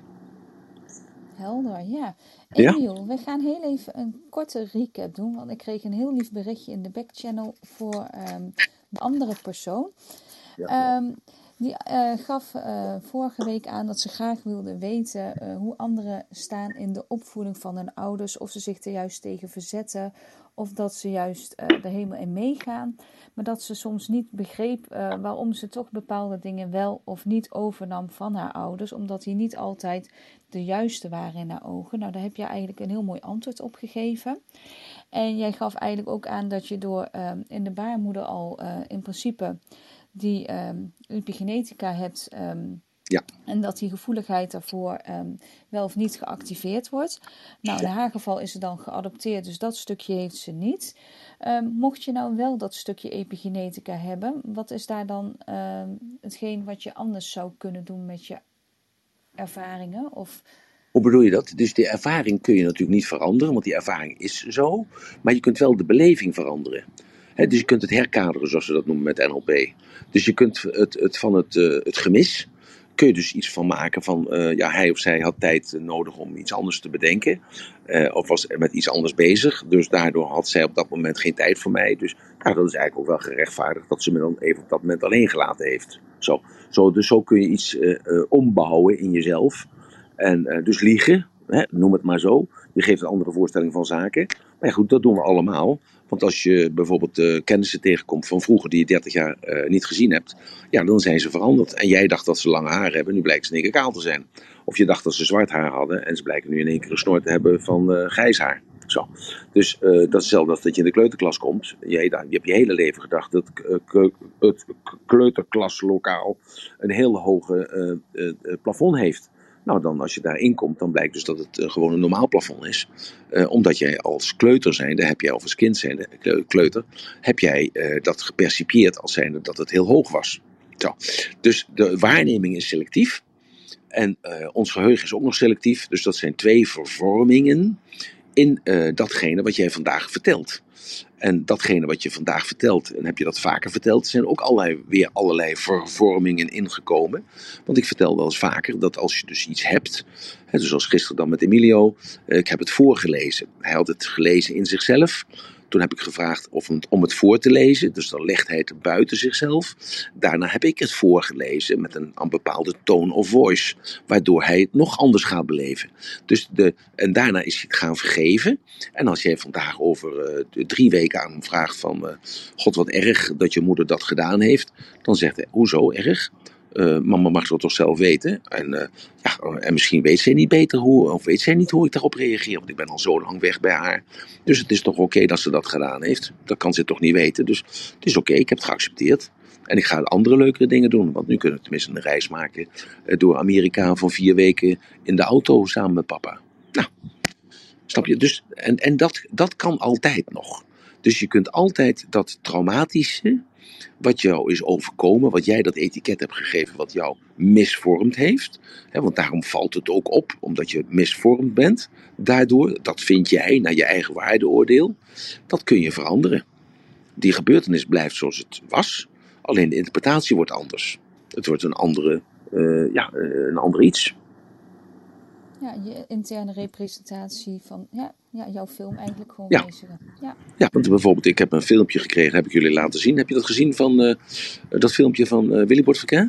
Helder, ja. Ja? Emiel, we gaan heel even een korte recap doen, want ik kreeg een heel lief berichtje in de backchannel voor um, de andere persoon. Ja. Um, die uh, gaf uh, vorige week aan dat ze graag wilde weten uh, hoe anderen staan in de opvoeding van hun ouders, of ze zich er juist tegen verzetten, of dat ze juist uh, er helemaal in meegaan, maar dat ze soms niet begreep uh, waarom ze toch bepaalde dingen wel of niet overnam van haar ouders, omdat die niet altijd de juiste waren in haar ogen. Nou, daar heb je eigenlijk een heel mooi antwoord op gegeven. En jij gaf eigenlijk ook aan dat je door uh, in de baarmoeder al uh, in principe die um, epigenetica hebt um, Ja. en dat die gevoeligheid daarvoor um, wel of niet geactiveerd wordt. Nou, in haar geval is ze dan geadopteerd, dus dat stukje heeft ze niet. Um, mocht je nou wel dat stukje epigenetica hebben, wat is daar dan um, hetgeen wat je anders zou kunnen doen met je ervaringen? Of... Hoe bedoel je dat? Dus die ervaring kun je natuurlijk niet veranderen, want die ervaring is zo. Maar je kunt wel de beleving veranderen. He, dus je kunt het herkaderen, zoals we dat noemen met N L P. Dus je kunt het, het van het, uh, het gemis, kun je dus iets van maken van, uh, ja, hij of zij had tijd nodig om iets anders te bedenken. Uh, of was met iets anders bezig. Dus daardoor had zij op dat moment geen tijd voor mij. Dus ja, dat is eigenlijk ook wel gerechtvaardigd dat ze me dan even op dat moment alleen gelaten heeft. Zo, zo, dus zo kun je iets uh, uh, ombouwen in jezelf. En uh, dus liegen, hè, noem het maar zo. Je geeft een andere voorstelling van zaken. Maar ja, goed, dat doen we allemaal. Want als je bijvoorbeeld uh, kennissen tegenkomt van vroeger die je dertig jaar uh, niet gezien hebt, ja, dan zijn ze veranderd. En jij dacht dat ze lange haar hebben, nu blijkt ze in één keer kaal te zijn. Of je dacht dat ze zwart haar hadden en ze blijken nu in één keer een snor te hebben van uh, grijs haar. Zo. Dus uh, dat is hetzelfde als dat je in de kleuterklas komt. Je, je hebt je hele leven gedacht dat uh, het kleuterklaslokaal een heel hoge uh, uh, plafond heeft. Nou, dan als je daarin komt, dan blijkt dus dat het uh, gewoon een normaal plafond is. Uh, omdat jij als kleuter zijnde, heb jij, of als kind zijnde, kleuter, heb jij uh, dat gepercipieerd als zijnde dat het heel hoog was. Zo. Dus de waarneming is selectief. En uh, ons geheugen is ook nog selectief. Dus dat zijn twee vervormingen in uh, datgene wat jij vandaag vertelt. En datgene wat je vandaag vertelt, en heb je dat vaker verteld, zijn ook allerlei, weer allerlei vervormingen ingekomen. Want ik vertel wel eens vaker dat als je dus iets hebt, hè, dus als gisteren dan met Emilio, uh, ik heb het voorgelezen. Hij had het gelezen in zichzelf. Toen heb ik gevraagd of het, om het voor te lezen, dus dan legt hij het buiten zichzelf. Daarna heb ik het voorgelezen met een, een bepaalde tone of voice, waardoor hij het nog anders gaat beleven. Dus de, en daarna is hij het gaan vergeven. En als jij vandaag over uh, drie weken aan hem vraagt van, uh, god wat erg dat je moeder dat gedaan heeft, dan zegt hij, hoezo erg? Uh, mama mag dat toch zelf weten. En, uh, ja, en misschien weet zij niet beter hoe, of weet zij niet hoe ik daarop reageer. Want ik ben al zo lang weg bij haar. Dus het is toch oké okay dat ze dat gedaan heeft. Dat kan ze toch niet weten. Dus het is oké, okay, ik heb het geaccepteerd. En ik ga andere leukere dingen doen. Want nu kunnen we tenminste een reis maken uh, door Amerika van vier weken in de auto samen met papa. Nou, snap je? Dus, en en dat, dat kan altijd nog. Dus je kunt altijd dat traumatische, wat jou is overkomen, wat jij dat etiket hebt gegeven, wat jou misvormd heeft. Hè, want daarom valt het ook op, omdat je misvormd bent. Daardoor, dat vind jij naar je eigen waardeoordeel, dat kun je veranderen. Die gebeurtenis blijft zoals het was, alleen de interpretatie wordt anders. Het wordt een andere, uh, ja, uh, een ander iets. Ja, je interne representatie van ja, ja, jouw film eigenlijk gewoon ja. bezigen. Ja. ja, want bijvoorbeeld ik heb een filmpje gekregen, heb ik jullie laten zien. Heb je dat gezien van uh, dat filmpje van uh, Willybord Verkeer?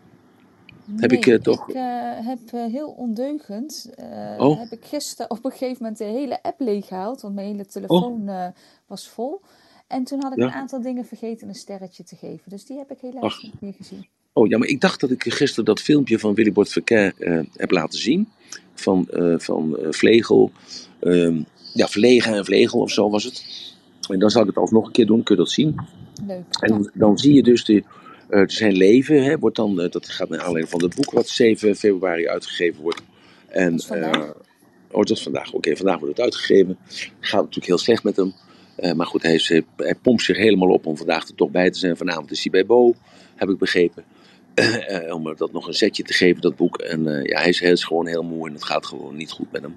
Nee, heb ik uh, toch... ik uh, heb uh, heel ondeugend, uh, oh. heb ik gisteren op een gegeven moment de hele app leeggehaald, want mijn hele telefoon uh, was vol. En toen had ik ja. een aantal dingen vergeten een sterretje te geven. Dus die heb ik helaas Ach. niet meer gezien. Oh ja, maar ik dacht dat ik gisteren dat filmpje van Willybord Verkeer uh, heb laten zien. Van, uh, van uh, Vlegel. Uh, ja, Verlegen en Vlegel of zo was het. En dan zal ik het alsnog een keer doen, kun je dat zien. Leuk. En ja. dan zie je dus de, uh, zijn leven, hè, wordt dan, uh, dat gaat naar aanleiding van het boek wat zeven februari uitgegeven wordt. En, dat is vandaag. Uh, oh, dat is vandaag. Oké, okay, vandaag wordt het uitgegeven. Gaat natuurlijk heel slecht met hem. Uh, maar goed, hij, is, hij pompt zich helemaal op om vandaag er toch bij te zijn. Vanavond is hij bij Bo, heb ik begrepen. Uh, uh, om dat nog een zetje te geven, dat boek. En uh, ja, hij is, hij is gewoon heel moe en het gaat gewoon niet goed met hem.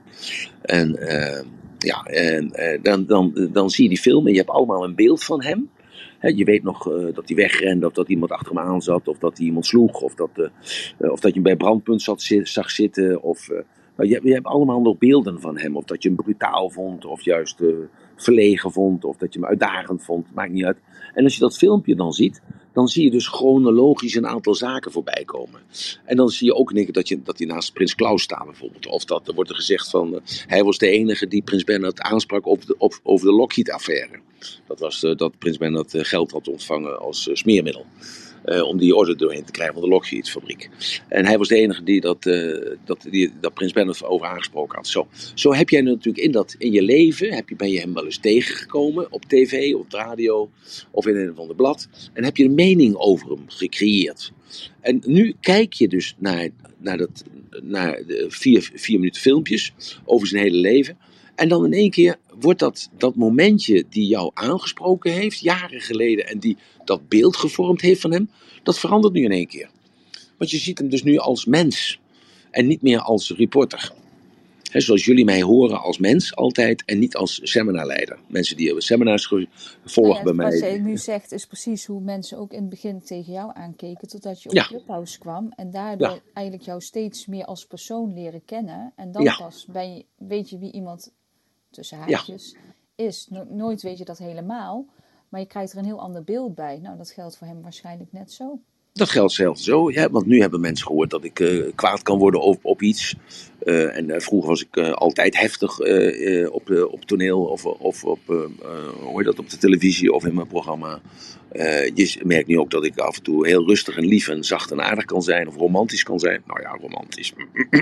En uh, ja, en uh, dan, dan, dan zie je die film en je hebt allemaal een beeld van hem. He, je weet nog uh, dat hij wegrende, of dat iemand achter hem aan zat, of dat hij iemand sloeg, of dat, uh, uh, of dat je hem bij brandpunt zat, zit, zag zitten. Of, uh, nou, je, je hebt allemaal nog beelden van hem. Of dat je hem brutaal vond, of juist uh, verlegen vond, of dat je hem uitdagend vond. Maakt niet uit. En als je dat filmpje dan ziet, dan zie je dus chronologisch een aantal zaken voorbij komen. En dan zie je ook in één keer dat, je, dat hij naast Prins Klaus staat bijvoorbeeld. Of dat er wordt er gezegd van, uh, hij was de enige die Prins Bernhard aansprak op de, op, over de Lockheed-affaire. Dat was uh, dat Prins Bernhard uh, geld had ontvangen als uh, smeermiddel. Uh, om die orde doorheen te krijgen van de Lockheed-fabriek. En hij was de enige die dat, uh, dat, die, dat Prins Bernhard over aangesproken had. Zo, zo heb jij natuurlijk in, dat, in je leven, heb je, ben je hem wel eens tegengekomen op tv, op de radio of in een of ander blad. En heb je een mening over hem gecreëerd. En nu kijk je dus naar, naar, dat, naar de vier, vier minuten filmpjes over zijn hele leven. En dan in één keer wordt dat, dat momentje die jou aangesproken heeft, jaren geleden, en die dat beeld gevormd heeft van hem, dat verandert nu in één keer. Want je ziet hem dus nu als mens en niet meer als reporter. He, zoals jullie mij horen als mens altijd en niet als seminarleider. Mensen die seminars volgen ja, bij mij. Wat jij nu zegt is precies hoe mensen ook in het begin tegen jou aankeken, totdat je op ja. Clubhouse kwam en daardoor ja. eigenlijk jou steeds meer als persoon leren kennen. En dan ja. pas ben je, weet je wie iemand, tussen haakjes, ja. is. No- nooit weet je dat helemaal, maar je krijgt er een heel ander beeld bij. Nou, dat geldt voor hem waarschijnlijk net zo. Dat geldt zelfs zo, ja, want nu hebben mensen gehoord dat ik uh, kwaad kan worden op, op iets. Uh, en uh, vroeger was ik uh, altijd heftig uh, uh, op, uh, op toneel of, of op, uh, uh, hoe heet dat, op de televisie of in mijn programma. Uh, je merkt nu ook dat ik af en toe heel rustig en lief en zacht en aardig kan zijn. Of romantisch kan zijn. Nou ja, romantisch.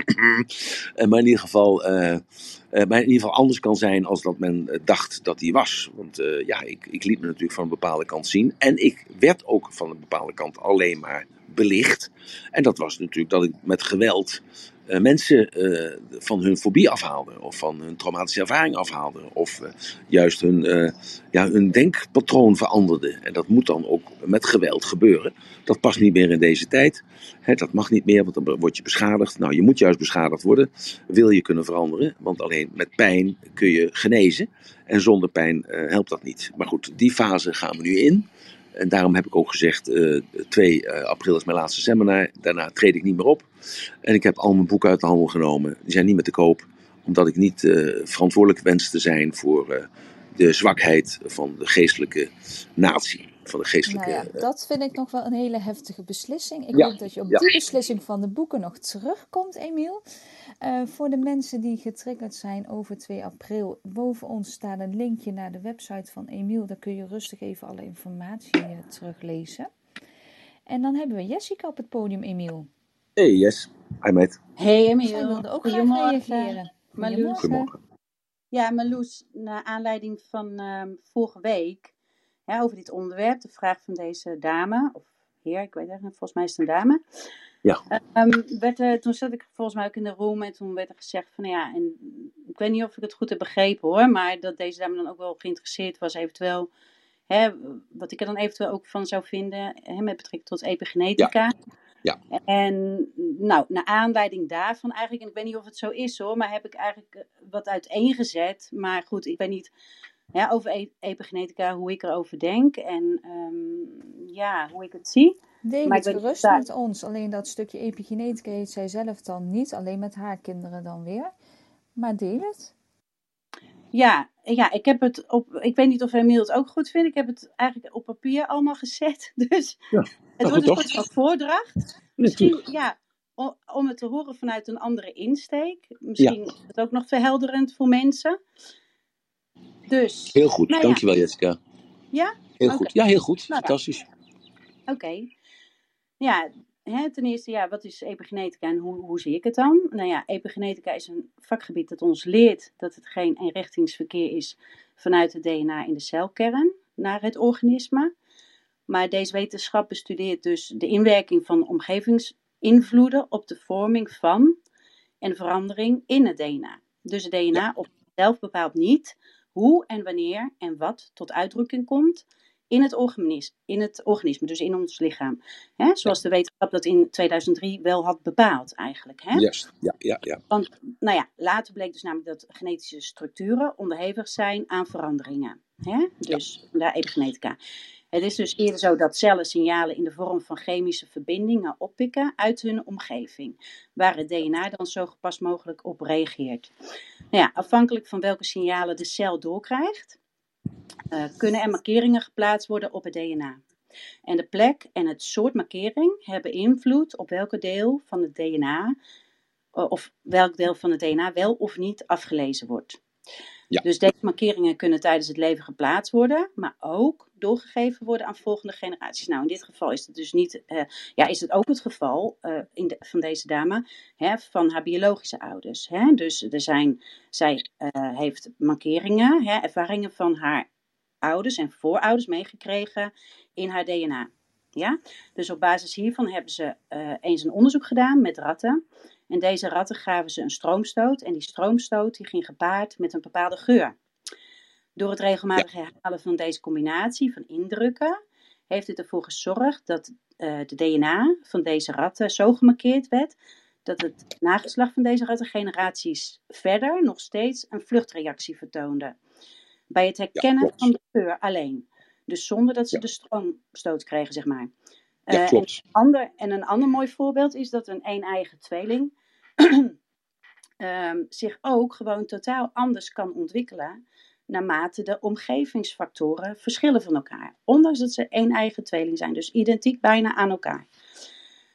uh, maar in ieder geval... Uh, Uh, maar in ieder geval anders kan zijn als dat men uh, dacht dat hij was. Want uh, ja, ik, ik liet me natuurlijk van een bepaalde kant zien. En ik werd ook van een bepaalde kant alleen maar belicht. En dat was natuurlijk dat ik met geweld uh, mensen uh, van hun fobie afhaalde. Of van hun traumatische ervaring afhaalde. Of uh, juist hun, uh, ja, hun denkpatroon veranderde. En dat moet dan ook met geweld gebeuren. Dat past niet meer in deze tijd. He, dat mag niet meer, want dan word je beschadigd. Nou, je moet juist beschadigd worden. Wil je kunnen veranderen. Want alleen met pijn kun je genezen. En zonder pijn uh, helpt dat niet. Maar goed, die fase gaan we nu in. En daarom heb ik ook gezegd, uh, twee april is mijn laatste seminar. Daarna treed ik niet meer op. En ik heb al mijn boeken uit de handel genomen. Die zijn niet meer te koop. Omdat ik niet uh, verantwoordelijk wens te zijn voor uh, de zwakheid van de geestelijke natie. Van de geestelijke, nou ja, dat vind ik nog wel een hele heftige beslissing. Ik ja, hoop dat je op ja. die beslissing van de boeken nog terugkomt, Emiel. Uh, voor de mensen die getriggerd zijn over twee april, boven ons staat een linkje naar de website van Emiel. Daar kun je rustig even alle informatie uh, teruglezen. En dan hebben we Jessica op het podium, Emiel. Hey Jess, hi mate. Hey Emiel. Zij wilde ook graag reageren. Goedemorgen. Goedemorgen. Ja, Marloes, naar aanleiding van uh, vorige week, ja, over dit onderwerp, de vraag van deze dame, of heer, ik weet het niet, volgens mij is het een dame. Ja. Um, werd er, toen zat ik volgens mij ook in de room en toen werd er gezegd van ja, en ik weet niet of ik het goed heb begrepen hoor, maar dat deze dame dan ook wel geïnteresseerd was eventueel, hè, wat ik er dan eventueel ook van zou vinden, hè, met betrekking tot epigenetica. Ja. Ja. En nou, naar aanleiding daarvan eigenlijk, en ik weet niet of het zo is hoor, maar heb ik eigenlijk wat uiteengezet. Maar goed, ik weet niet ja, over epigenetica, hoe ik erover denk en um, ja, hoe ik het zie. Deel maar het ik gerust daar... met ons. Alleen dat stukje epigenetica heeft zij zelf dan niet, alleen met haar kinderen dan weer. Maar deel het. Ja, ja, ik heb het op. Ik weet niet of Emiel het ook goed vindt. Ik heb het eigenlijk op papier allemaal gezet. Dus ja, het wordt goed, een soort van voordracht. Misschien, ja, om, om het te horen vanuit een andere insteek. Misschien ja. is het ook nog verhelderend voor mensen. Dus. Heel goed, nou dankjewel ja. Jessica. Ja? Heel okay. goed. Ja, heel goed. Nou, fantastisch. Ja. Oké. Okay. Ja. He, ten eerste, ja, wat is epigenetica en hoe, hoe zie ik het dan? Nou ja, epigenetica is een vakgebied dat ons leert dat het geen eenrichtingsverkeer is vanuit het D N A in de celkern naar het organisme. Maar deze wetenschap bestudeert dus de inwerking van omgevingsinvloeden op de vorming van en verandering in het D N A. Dus het D N A ja. op zichzelf bepaalt niet hoe en wanneer en wat tot uitdrukking komt in het organisme, in het organisme dus in ons lichaam. Hè? Zoals de wetenschap dat in tweeduizend drie wel had bepaald eigenlijk. Hè? Juist, ja, ja, ja. Want, nou ja, later bleek dus namelijk dat genetische structuren onderhevig zijn aan veranderingen. Hè? Dus ja. daar epigenetica. Het is dus eerder zo dat cellen signalen in de vorm van chemische verbindingen oppikken uit hun omgeving, waar het D N A dan zo gepast mogelijk op reageert. Nou ja, afhankelijk van welke signalen de cel doorkrijgt, Uh, kunnen er markeringen geplaatst worden op het D N A. En de plek en het soort markering hebben invloed op welke deel van het D N A uh, of welk deel van het D N A wel of niet afgelezen wordt. Ja. Dus deze markeringen kunnen tijdens het leven geplaatst worden, maar ook doorgegeven worden aan volgende generaties. Nou, in dit geval is het dus niet, uh, ja, is het ook het geval uh, in de, van deze dame, hè, van haar biologische ouders. Hè? Dus er zijn, zij uh, heeft markeringen, hè, ervaringen van haar ouders en voorouders meegekregen in haar D N A. Ja? Dus op basis hiervan hebben ze uh, eens een onderzoek gedaan met ratten. En deze ratten gaven ze een stroomstoot. En die stroomstoot die ging gepaard met een bepaalde geur. Door het regelmatig herhalen van deze combinatie van indrukken heeft het ervoor gezorgd dat uh, de D N A van deze ratten zo gemarkeerd werd dat het nageslacht van deze ratten generaties verder nog steeds een vluchtreactie vertoonde. Bij het herkennen ja, van de geur alleen. Dus zonder dat ze ja. de stroomstoot kregen, zeg maar. Ja, uh, klopt. En, een ander, en een ander mooi voorbeeld is dat een een-eigen tweeling um, zich ook gewoon totaal anders kan ontwikkelen naarmate de omgevingsfactoren verschillen van elkaar. Ondanks dat ze een-eigen tweeling zijn, dus identiek bijna aan elkaar.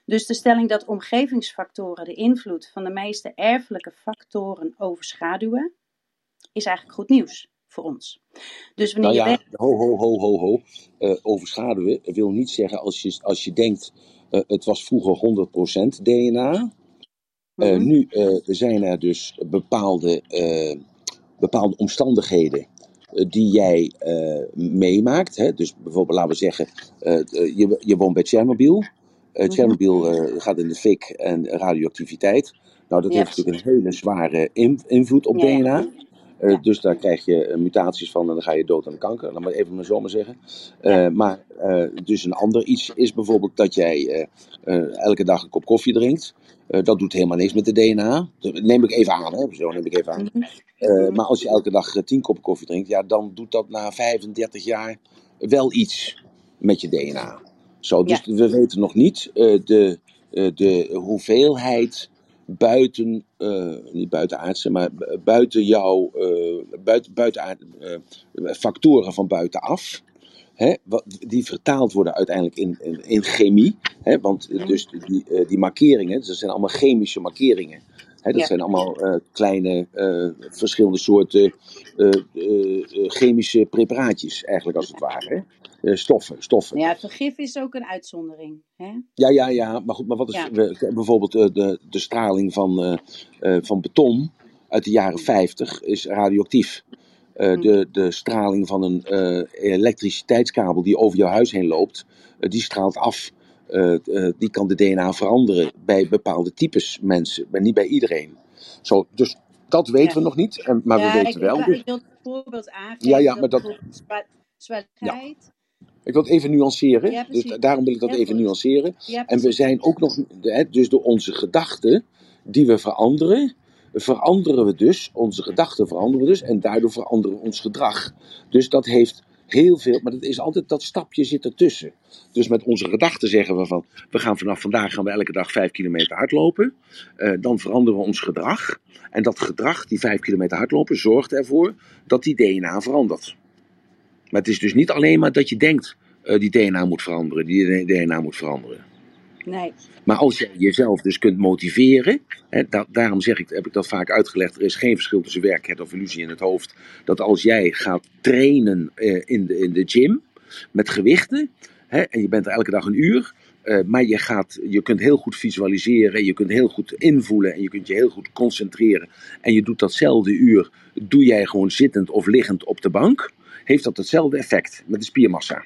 Dus de stelling dat omgevingsfactoren de invloed van de meeste erfelijke factoren overschaduwen, is eigenlijk goed nieuws voor ons. Dus wanneer Nou je ja, weet... ho, ho, ho, ho, ho. Uh, overschaduwen wil niet zeggen als je, als je denkt, uh, het was vroeger honderd procent D N A. Uh, Mm-hmm. Nu uh, zijn er dus bepaalde, uh, bepaalde omstandigheden uh, die jij uh, meemaakt. Hè? Dus bijvoorbeeld, laten we zeggen, uh, uh, je, je woont bij Tsjernobyl. Uh, Tsjernobyl uh, gaat in de fik en radioactiviteit. Nou, dat Ja, heeft natuurlijk een hele zware in, invloed op ja, ja. D N A. Uh, Ja. Dus daar krijg je uh, mutaties van en dan ga je dood aan kanker. Laat maar even maar zo maar zeggen. Uh, Ja. Maar uh, dus een ander iets is bijvoorbeeld dat jij uh, uh, elke dag een kop koffie drinkt. Uh, dat doet helemaal niks met de D N A. Dat neem ik even aan, hè? Zo neem ik even aan. Mm-hmm. Uh, Mm-hmm. maar als je elke dag uh, tien koppen koffie drinkt, ja, dan doet dat na vijfendertig jaar wel iets met je D N A. Zo, dus Ja. we weten nog niet uh, de, uh, de hoeveelheid buiten, uh, niet buitenaardse, maar buiten jouw, uh, buiten, buitenaard, uh, factoren van buitenaf. Hè, wat, die vertaald worden uiteindelijk in, in, in chemie. Hè, want uh, dus die, uh, die markeringen, dat zijn allemaal chemische markeringen. Hè, dat Ja. zijn allemaal uh, kleine uh, verschillende soorten uh, uh, uh, chemische preparaatjes, eigenlijk als het ware. Hè? Uh, stoffen, stoffen. Ja, vergif is ook een uitzondering. Hè? Ja, ja, ja, maar goed, maar wat is Ja. we, bijvoorbeeld uh, de, de straling van, uh, uh, van beton uit de jaren vijftig is radioactief. Uh, de, de straling van een uh, elektriciteitskabel die over jouw huis heen loopt, uh, die straalt af. Uh, uh, die kan de D N A veranderen bij bepaalde types mensen, maar niet bij iedereen. Zo, dus dat weten Ja. we nog niet, en, maar Ja, we ik, weten ik, wel. wil- Dus, ik wil een voorbeeld aangeven ja, ja, dat maar dat, bijvoorbeeld zwa- ja. zwaarlijkheid. Ik wil het even nuanceren, Ja, dus precies. daarom wil ik dat Heel even goed. nuanceren. Ja, En we precies. zijn ook nog, hè, dus door onze gedachten die we veranderen, veranderen we dus, onze gedachten veranderen we dus, en daardoor veranderen we ons gedrag. Dus dat heeft heel veel, maar dat is altijd, dat stapje zit ertussen. Dus met onze gedachten zeggen we van, we gaan vanaf vandaag gaan we elke dag vijf kilometer hardlopen. Uh, dan veranderen we ons gedrag. En dat gedrag, die vijf kilometer hardlopen, zorgt ervoor dat die D N A verandert. Maar het is dus niet alleen maar dat je denkt, uh, die D N A moet veranderen, die D N A moet veranderen. Nee. Maar als je jezelf dus kunt motiveren, hè, da- daarom zeg ik, heb ik dat vaak uitgelegd, er is geen verschil tussen werkelijkheid of illusie in het hoofd. Dat als jij gaat trainen uh, in, de, in de gym met gewichten, hè, en je bent er elke dag een uur, uh, maar je, gaat, je kunt heel goed visualiseren, je kunt heel goed invoelen en je kunt je heel goed concentreren. En je doet datzelfde uur, doe jij gewoon zittend of liggend op de bank, heeft dat hetzelfde effect met de spiermassa.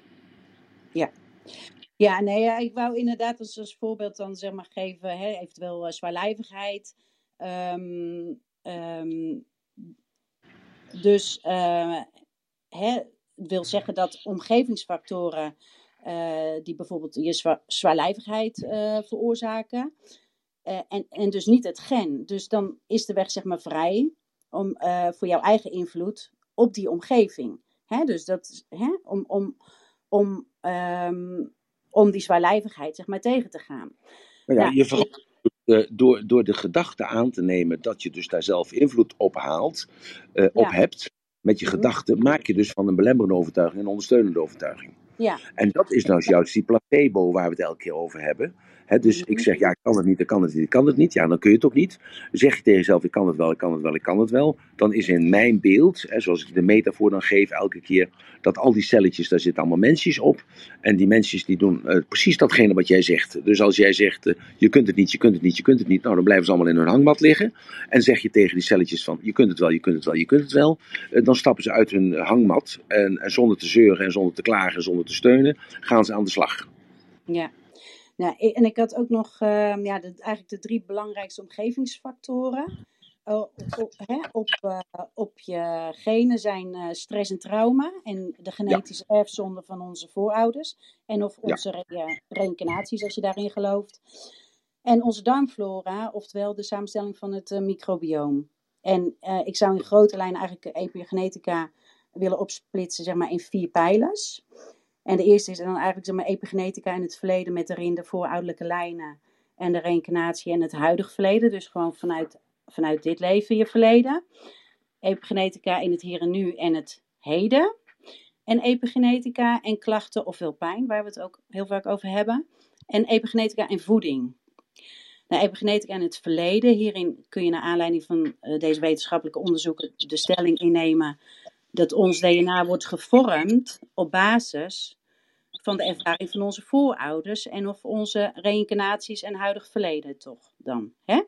Ja. Ja, nee, ja, ik wou inderdaad als, als voorbeeld dan zeg maar geven, hè, eventueel uh, zwaarlijvigheid. Um, um, dus uh, hè, wil zeggen dat omgevingsfactoren uh, die bijvoorbeeld je zwa- zwaarlijvigheid uh, veroorzaken. Uh, en, en dus niet het gen. Dus dan is de weg zeg maar vrij om, uh, voor jouw eigen invloed op die omgeving. Hè, dus dat, hè, om, om, om, um, om die zwaarlijvigheid zeg maar tegen te gaan. Nou ja, Nou, je verandert uh, door, door de gedachte aan te nemen dat je dus daar zelf invloed op haalt, uh, ja. op hebt, met je Mm-hmm. gedachten, maak je dus van een belemmerende overtuiging een ondersteunende overtuiging. Ja. En dat is nou juist die placebo waar we het elke keer over hebben. He, dus Mm-hmm. ik zeg, ja, ik kan het niet, ik kan het niet, ik kan het niet. Ja, dan kun je het ook niet. Zeg je tegen jezelf, ik kan het wel, ik kan het wel, ik kan het wel. Dan is in mijn beeld, hè, zoals ik de metafoor dan geef elke keer, dat al die celletjes, daar zitten allemaal mensjes op. En die mensjes die doen uh, precies datgene wat jij zegt. Dus als jij zegt, uh, je kunt het niet, je kunt het niet, je kunt het niet. Nou, dan blijven ze allemaal in hun hangmat liggen. En zeg je tegen die celletjes van, je kunt het wel, je kunt het wel, je kunt het wel. Uh, dan stappen ze uit hun hangmat. En, en zonder te zeuren en zonder te klagen en zonder te steunen, gaan ze aan de slag. Ja. Nou, en ik had ook nog uh, ja, de, eigenlijk de drie belangrijkste omgevingsfactoren. Uh, op, hè, op, uh, op je genen zijn uh, stress en trauma en de genetische ja. erfzonde van onze voorouders. En of onze ja. re- reïncarnaties, als je daarin gelooft. En onze darmflora, oftewel de samenstelling van het uh, microbioom. En uh, ik zou in grote lijnen eigenlijk epigenetica willen opsplitsen zeg maar, in vier pijlers. En de eerste is dan eigenlijk zeg maar, epigenetica in het verleden met daarin de voorouderlijke lijnen en de reïncarnatie en het huidige verleden. Dus gewoon vanuit, vanuit dit leven je verleden. Epigenetica in het hier en nu en het heden. En epigenetica en klachten ofwel pijn, waar we het ook heel vaak over hebben. En epigenetica en voeding. Nou, epigenetica in het verleden. Hierin kun je naar aanleiding van uh, deze wetenschappelijke onderzoeken de stelling innemen dat ons D N A wordt gevormd op basis van de ervaring van onze voorouders en of onze reïncarnaties en huidig verleden toch dan, hè?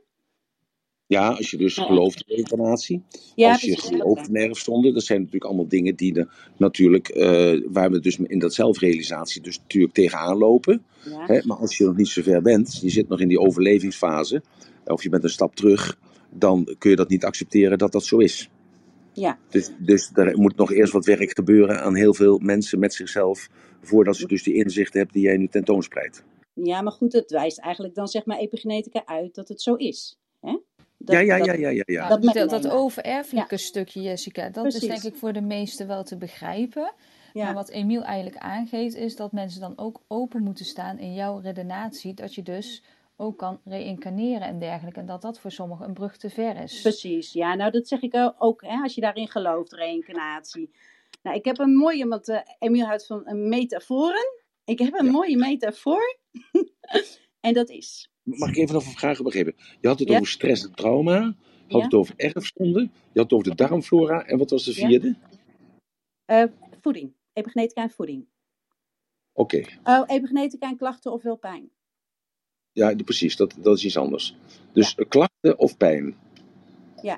Ja, als je dus Ja. gelooft in reïncarnatie, Ja, als je precies. gelooft in erfstonden, dat zijn natuurlijk allemaal dingen die de, natuurlijk, uh, waar we dus in dat zelfrealisatie dus natuurlijk tegenaan lopen. Ja. Hè? Maar als je nog niet zo ver bent, je zit nog in die overlevingsfase, of je bent een stap terug, dan kun je dat niet accepteren dat dat zo is. Ja. Dus, dus er moet nog eerst wat werk gebeuren aan heel veel mensen met zichzelf, voordat ze dus die inzichten hebben die jij nu tentoonspreidt. Ja, maar goed, het wijst eigenlijk dan zeg maar epigenetica uit dat het zo is, hè? Dat, ja, ja, dat, ja, ja, ja, ja. Dat, dat, dat, dat overerfelijke ja. stukje, Jessica, dat Precies. is denk ik voor de meesten wel te begrijpen. Ja. Maar wat Emiel eigenlijk aangeeft, is dat mensen dan ook open moeten staan in jouw redenatie, dat je dus ook kan reïncarneren en dergelijke. En dat dat voor sommigen een brug te ver is. Precies, ja, nou dat zeg ik ook, hè, als je daarin gelooft, reïncarnatie. Nou, ik heb een mooie, want uh, Emiel houdt van uh, metaforen. Ik heb een ja. mooie metafoor. En dat is... Mag ik even nog een vraag begrijpen? Je had het ja. over stress en trauma. Je had ja. het over erfstonden. Je had het over de darmflora. En wat was de vierde? Ja. Uh, voeding. Epigenetica en voeding. Oké. Okay. Oh, epigenetica en klachten ofwel pijn. Ja, precies. Dat, dat is iets anders. Dus ja. klachten of pijn? Ja.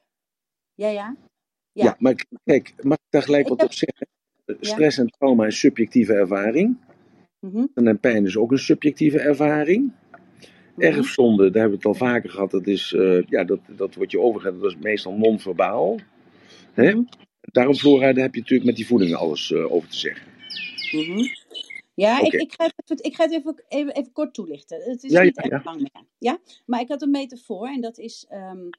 Ja, ja. Ja, ja maar kijk, mag ik daar gelijk ik wat heb... op zeggen? Stress ja. en trauma is subjectieve ervaring. Mm-hmm. En pijn is ook een subjectieve ervaring. Mm-hmm. Erfzonde, daar hebben we het al vaker gehad. Dat is, uh, ja, dat, dat wordt je overgegeven. Dat is meestal non-verbaal. Hè? Mm-hmm. Darmflora, daar heb je natuurlijk met die voeding alles uh, over te zeggen. Mm-hmm. Ja, okay. ik, ik, ga het, ik ga het even, even, even kort toelichten. Het is ja, niet ja, echt ja. lang meer. Ja? Maar ik had een metafoor en dat is um,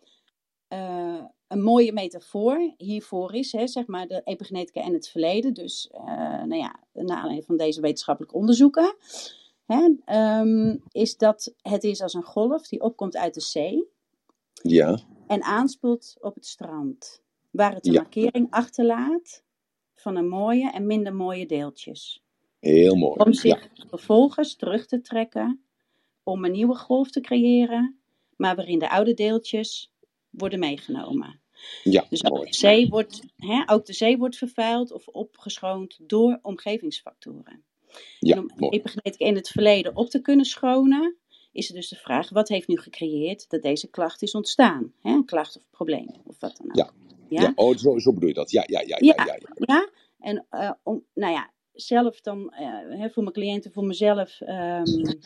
uh, een mooie metafoor hiervoor is, hè, zeg maar, de epigenetica en het verleden. Dus, uh, nou ja, naar aanleiding van deze wetenschappelijke onderzoeken, hè, um, is dat het is als een golf die opkomt uit de zee. Ja. En aanspoelt op het strand. Waar het een ja. markering achterlaat van een mooie en minder mooie deeltjes. Heel mooi. Om zich ja. vervolgens terug te trekken, om een nieuwe golf te creëren, maar waarin de oude deeltjes worden meegenomen. Ja, dus mooi. ook de, zee wordt, hè, ook de zee wordt vervuild of opgeschoond door omgevingsfactoren. Ja, en om mooi. epigenetica in het verleden op te kunnen schonen, is er dus de vraag, wat heeft nu gecreëerd dat deze klacht is ontstaan? Hè? Een klacht of probleem, of wat dan ook. Ja, ja? ja. Oh, zo, zo bedoel je dat. Ja, ja, ja. Ja, ja, ja, ja. ja. En uh, om, nou ja, zelf dan, uh, voor mijn cliënten, voor mezelf, um,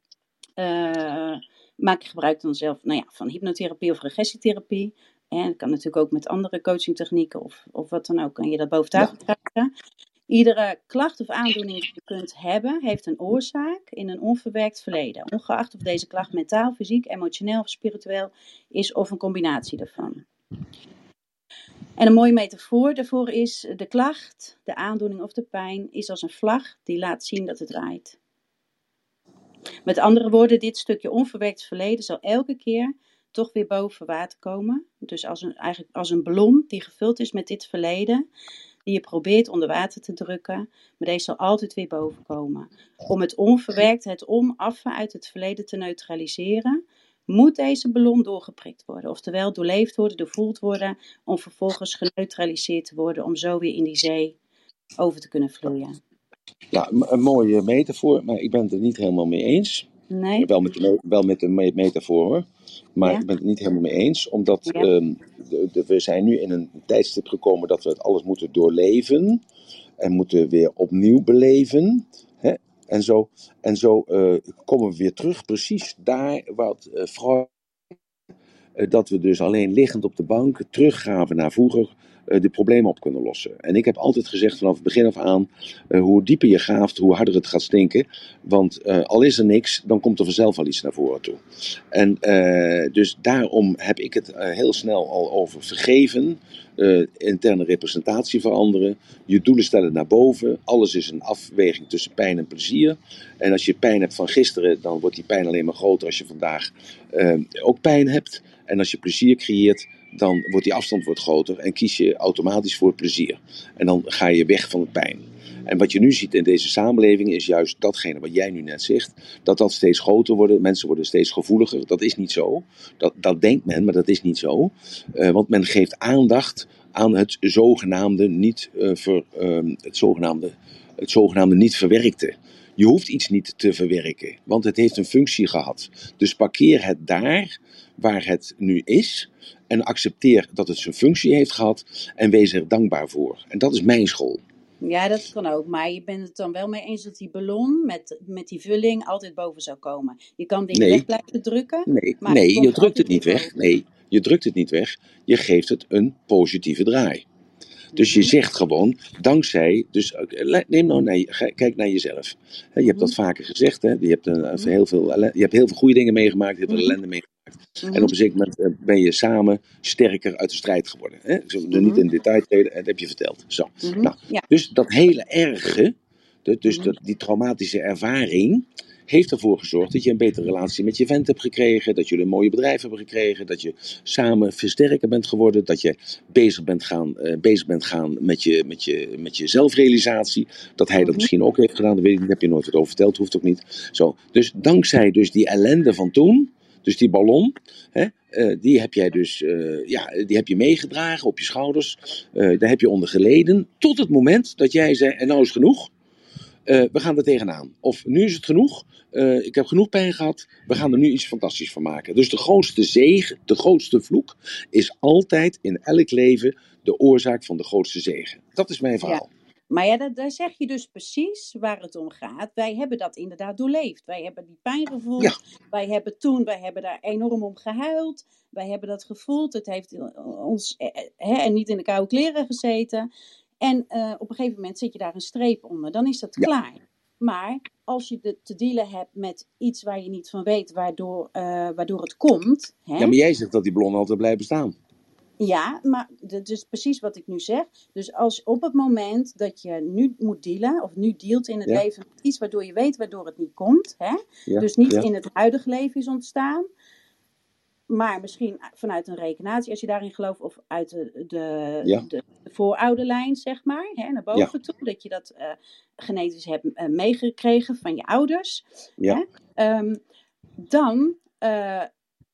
uh, maak ik gebruik dan zelf nou ja, van hypnotherapie of regressietherapie. En dat kan natuurlijk ook met andere coachingtechnieken of, of wat dan ook, kan je dat boven tafel ja. krijgen. Iedere klacht of aandoening die je kunt hebben, heeft een oorzaak in een onverwerkt verleden. Ongeacht of deze klacht mentaal, fysiek, emotioneel of spiritueel is of een combinatie daarvan. En een mooie metafoor daarvoor is de klacht, de aandoening of de pijn is als een vlag die laat zien dat het draait. Met andere woorden, dit stukje onverwerkt verleden zal elke keer toch weer boven water komen. Dus als een, eigenlijk als een ballon die gevuld is met dit verleden, die je probeert onder water te drukken, maar deze zal altijd weer boven komen. Om het onverwerkte, het onaffen uit het verleden te neutraliseren, moet deze ballon doorgeprikt worden. Oftewel doorleefd worden, doorvoeld worden, om vervolgens geneutraliseerd te worden, om zo weer in die zee over te kunnen vloeien. Ja, een mooie metafoor, maar ik ben het er niet helemaal mee eens. Nee? Wel met de, wel met de metafoor hoor, maar ja? ik ben het niet helemaal mee eens, omdat ja. um, de, de, we zijn nu in een tijdstip gekomen dat we het alles moeten doorleven en moeten weer opnieuw beleven. Hè? En zo, en zo uh, komen we weer terug, precies daar wat uh, Freud, uh, dat we dus alleen liggend op de bank teruggaven naar vroeger, uh, de problemen op kunnen lossen. En ik heb altijd gezegd vanaf het begin af aan, uh, hoe dieper je graaft, hoe harder het gaat stinken. Want uh, al is er niks, dan komt er vanzelf al iets naar voren toe. En uh, dus daarom heb ik het uh, heel snel al over vergeven, uh, interne representatie veranderen, je doelen stellen naar boven. Alles is een afweging tussen pijn en plezier. En als je pijn hebt van gisteren, dan wordt die pijn alleen maar groter als je vandaag uh, ook pijn hebt. En als je plezier creëert, dan wordt die afstand wordt groter en kies je automatisch voor het plezier. En dan ga je weg van het pijn. En wat je nu ziet in deze samenleving is juist datgene wat jij nu net zegt, dat dat steeds groter wordt. Mensen worden steeds gevoeliger. Dat is niet zo. Dat, dat denkt men, maar dat is niet zo. Uh, want men geeft aandacht aan het zogenaamde niet, uh, ver, uh, het zogenaamde, het zogenaamde niet verwerkte. Je hoeft iets niet te verwerken, want het heeft een functie gehad. Dus parkeer het daar waar het nu is en accepteer dat het zijn functie heeft gehad en wees er dankbaar voor. En dat is mijn school. Ja, dat kan ook. Maar je bent het dan wel mee eens dat die ballon met, met die vulling altijd boven zou komen. Je kan dingen Nee. weg blijven drukken. Nee, maar nee het komt je drukt het altijd niet weer weg. boven. Nee, je drukt het niet weg. Je geeft het een positieve draai. Dus je zegt gewoon, dankzij, dus neem nou naar je, kijk naar jezelf. He, je hebt dat vaker gezegd, hè? Je, hebt een, heel veel, je hebt heel veel goede dingen meegemaakt, je hebt veel ellende meegemaakt. Mm-hmm. En op een zeker moment ben je samen sterker uit de strijd geworden. Hè? Ik zal er niet in detail treden, dat heb je verteld. Zo. Mm-hmm. Nou, Ja. Dus dat hele erge, dus dat, die traumatische ervaring, heeft ervoor gezorgd dat je een betere relatie met je vent hebt gekregen, dat jullie een mooie bedrijf hebben gekregen, dat je samen versterker bent geworden, dat je bezig bent gaan, uh, bezig bent gaan met, je, met, je, met je zelfrealisatie, dat hij dat misschien ook heeft gedaan, dat weet ik niet, heb je nooit wat over verteld, hoeft ook niet. Zo. Dus dankzij dus die ellende van toen, dus die ballon, hè, uh, die heb jij dus uh, ja, die heb je meegedragen op je schouders, uh, daar heb je onder geleden, tot het moment dat jij zei, en nou is genoeg. Uh, we gaan er tegenaan. Of nu is het genoeg. Uh, ik heb genoeg pijn gehad. We gaan er nu iets fantastisch van maken. Dus de grootste zegen, de grootste vloek, is altijd in elk leven de oorzaak van de grootste zegen. Dat is mijn verhaal. Ja. Maar ja, dat, daar zeg je dus precies waar het om gaat. Wij hebben dat inderdaad doorleefd. Wij hebben die pijn gevoeld. Ja. Wij hebben toen, wij hebben daar enorm om gehuild. Wij hebben dat gevoeld. Het heeft ons eh, eh, niet in de koude kleren gezeten. En uh, op een gegeven moment zit je daar een streep onder. Dan is dat klaar. Ja. Maar als je de, te dealen hebt met iets waar je niet van weet, waardoor, uh, waardoor het komt. Hè? Ja, maar jij zegt dat die ballon altijd blijft bestaan. Ja, maar dat is precies wat ik nu zeg. Dus als op het moment dat je nu moet dealen, of nu dealt in het ja. leven met iets waardoor je weet waardoor het niet komt. Hè? Ja. Dus niet ja. in het huidige leven is ontstaan. Maar misschien vanuit een rekenatie, als je daarin gelooft, of uit de, de, ja. de, de voorouderlijn, zeg maar, hè, naar boven ja. toe. Dat je dat uh, genetisch hebt uh, meegekregen van je ouders. Ja. Hè, um, dan uh,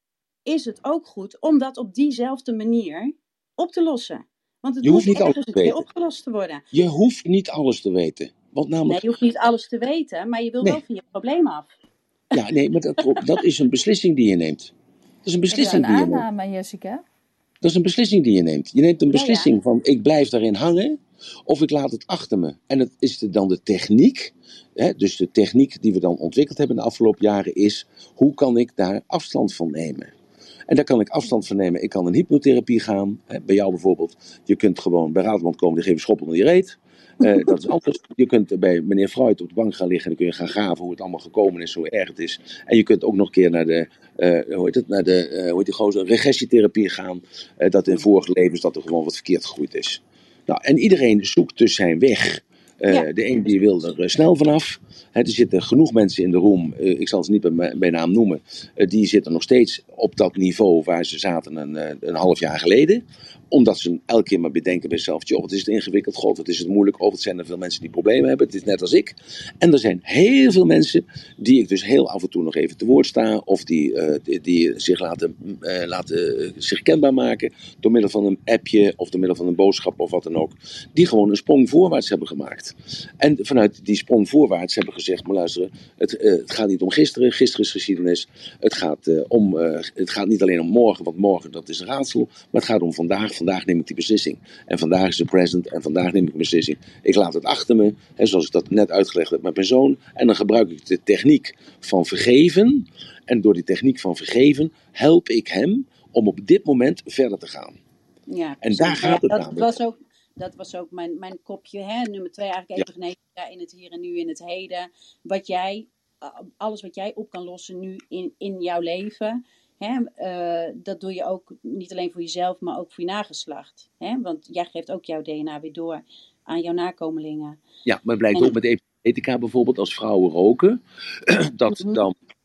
is het ook goed om dat op diezelfde manier op te lossen. Want het je moet hoeft niet ergens een keer opgelost te worden. Je hoeft niet alles te weten. Want namelijk... Nee, je hoeft niet alles te weten, maar je wil nee. wel van je probleem af. Ja, nee, maar dat, dat is een beslissing die je neemt. Dat is een beslissing dat is een die je aanname, neemt. Jessica. Dat is een beslissing die je neemt. Je neemt een beslissing ja, ja. van ik blijf daarin hangen of ik laat het achter me. En het is dan de techniek, hè, dus de techniek die we dan ontwikkeld hebben in de afgelopen jaren is, hoe kan ik daar afstand van nemen? En daar kan ik afstand van nemen. Ik kan in hypnotherapie gaan, hè, bij jou bijvoorbeeld. Je kunt gewoon bij Raadman komen, die geef je schop onder je reet. Uh, dat is anders. Je kunt bij meneer Freud op de bank gaan liggen en dan kun je gaan graven hoe het allemaal gekomen is, hoe erg het is. En je kunt ook nog een keer naar de, uh, hoe heet het, naar de, uh, hoe heet die gozer, regressietherapie gaan. Uh, dat in vorige levens dat er gewoon wat verkeerd gegroeid is. Nou, en iedereen zoekt dus zijn weg. Uh, ja. De een die wil er uh, snel vanaf. He, er zitten genoeg mensen in de room, uh, ik zal ze niet bij, bij naam noemen, uh, die zitten nog steeds op dat niveau waar ze zaten een, uh, een half jaar geleden. Omdat ze elke keer maar bedenken bij zichzelf, joh, wat is het ingewikkeld, god, wat is het moeilijk, of het zijn er veel mensen die problemen hebben, het is net als ik. En er zijn heel veel mensen die ik dus heel af en toe nog even te woord sta, of die, uh, die, die zich laten, uh, laten uh, zich kenbaar maken, door middel van een appje, of door middel van een boodschap, of wat dan ook, die gewoon een sprong voorwaarts hebben gemaakt. En vanuit die sprong voorwaarts hebben gezegd, maar luisteren, het, uh, het gaat niet om gisteren, gisteren is geschiedenis, het gaat, uh, om, uh, het gaat niet alleen om morgen, want morgen dat is een raadsel, maar het gaat om vandaag. Vandaag neem ik die beslissing. En vandaag is de present. En vandaag neem ik een beslissing. Ik laat het achter me. Hè, zoals ik dat net uitgelegd heb met mijn zoon. En dan gebruik ik de techniek van vergeven. En door die techniek van vergeven help ik hem om op dit moment verder te gaan. Ja, en daar gaat het dat namelijk. Was ook, dat was ook mijn, mijn kopje. Hè? Nummer twee eigenlijk even ja. in het hier en nu, in het heden. Wat jij, alles wat jij op kan lossen nu in, in jouw leven. Hè, uh, dat doe je ook niet alleen voor jezelf, maar ook voor je nageslacht. Hè? Want jij geeft ook jouw D N A weer door aan jouw nakomelingen. Ja, maar het blijkt en... ook met epigenetica bijvoorbeeld, als vrouwen roken, dat mm-hmm. dan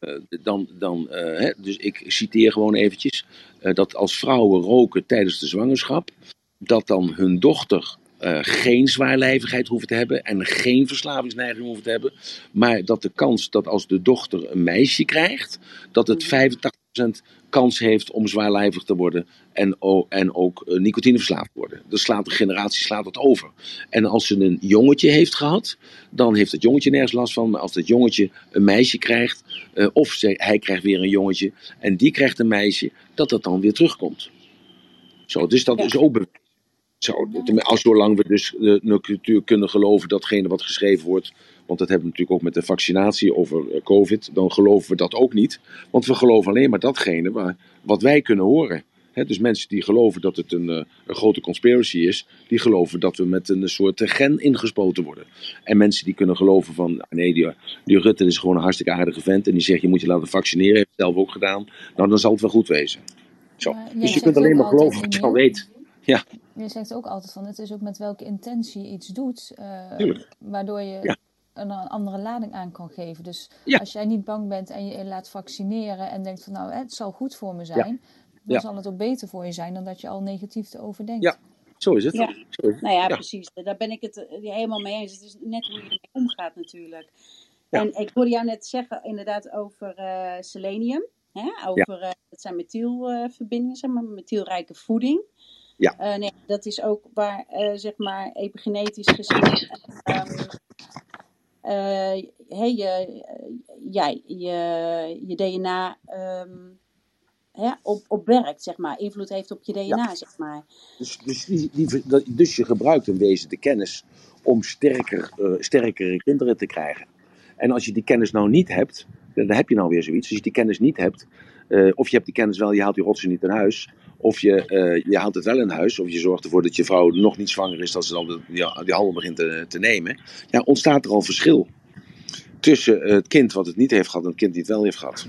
uh, dan, dan uh, hè, dus ik citeer gewoon eventjes, uh, dat als vrouwen roken tijdens de zwangerschap, dat dan hun dochter uh, geen zwaarlijvigheid hoeft te hebben en geen verslavingsneiging hoeft te hebben, maar dat de kans dat als de dochter een meisje krijgt, dat het vijfentachtig procent kans heeft om zwaarlijvig te worden en, en ook uh, nicotineverslaafd te worden. Dus slaat de generatie slaat het over. En als ze een jongetje heeft gehad, dan heeft het jongetje nergens last van. Maar als dat jongetje een meisje krijgt, uh, of ze, hij krijgt weer een jongetje en die krijgt een meisje, dat dat dan weer terugkomt. Zo, dus dat ja. is ook bewezen. Zo, als zolang we dus uh, natuurlijk kunnen geloven datgene wat geschreven wordt, want dat hebben we natuurlijk ook met de vaccinatie over uh, COVID, dan geloven we dat ook niet. Want we geloven alleen maar datgene waar, wat wij kunnen horen. He, dus mensen die geloven dat het een, uh, een grote conspiracy is, die geloven dat we met een soort gen ingespoten worden. En mensen die kunnen geloven van, nee, die, die Rutte is gewoon een hartstikke aardige vent en die zegt je moet je laten vaccineren, heeft het zelf ook gedaan. Nou, dan zal het wel goed wezen. Zo. Dus je kunt alleen maar geloven wat je al weet. Ja. Je zegt ook altijd van, het is ook met welke intentie je iets doet, uh, waardoor je ja. een, een andere lading aan kan geven. Dus ja. als jij niet bang bent en je laat vaccineren en denkt van, nou, het zal goed voor me zijn, ja. dan ja. zal het ook beter voor je zijn dan dat je al negatief erover denkt. Ja, zo is het. Ja. Zo is het. Nou ja, ja, precies. Daar ben ik het helemaal mee eens. Het is net hoe je ermee omgaat natuurlijk. Ja. En ik hoorde jou net zeggen inderdaad over uh, selenium. Hè? Over, ja. uh, dat zijn methylverbindingen, uh, zeg maar, methylrijke voeding. Ja. Uh, nee, dat is ook waar, uh, zeg maar, epigenetisch gezien, um, uh, hey, je, ja, je, je D N A um, hè, op, op werkt, zeg maar, invloed heeft op je D N A, ja. zeg maar. Dus, dus, die, die, dus je gebruikt in wezen de kennis om sterker, uh, sterkere kinderen te krijgen. En als je die kennis nou niet hebt, dan heb je nou weer zoiets. Als je die kennis niet hebt, uh, of je hebt die kennis wel, je haalt die rotsen niet in huis. Of je, uh, je haalt het wel in huis, of je zorgt ervoor dat je vrouw nog niet zwanger is, dat ze dan de, die, die handel begint te, te nemen. Ja, ontstaat er al verschil tussen uh, het kind wat het niet heeft gehad en het kind die het wel heeft gehad.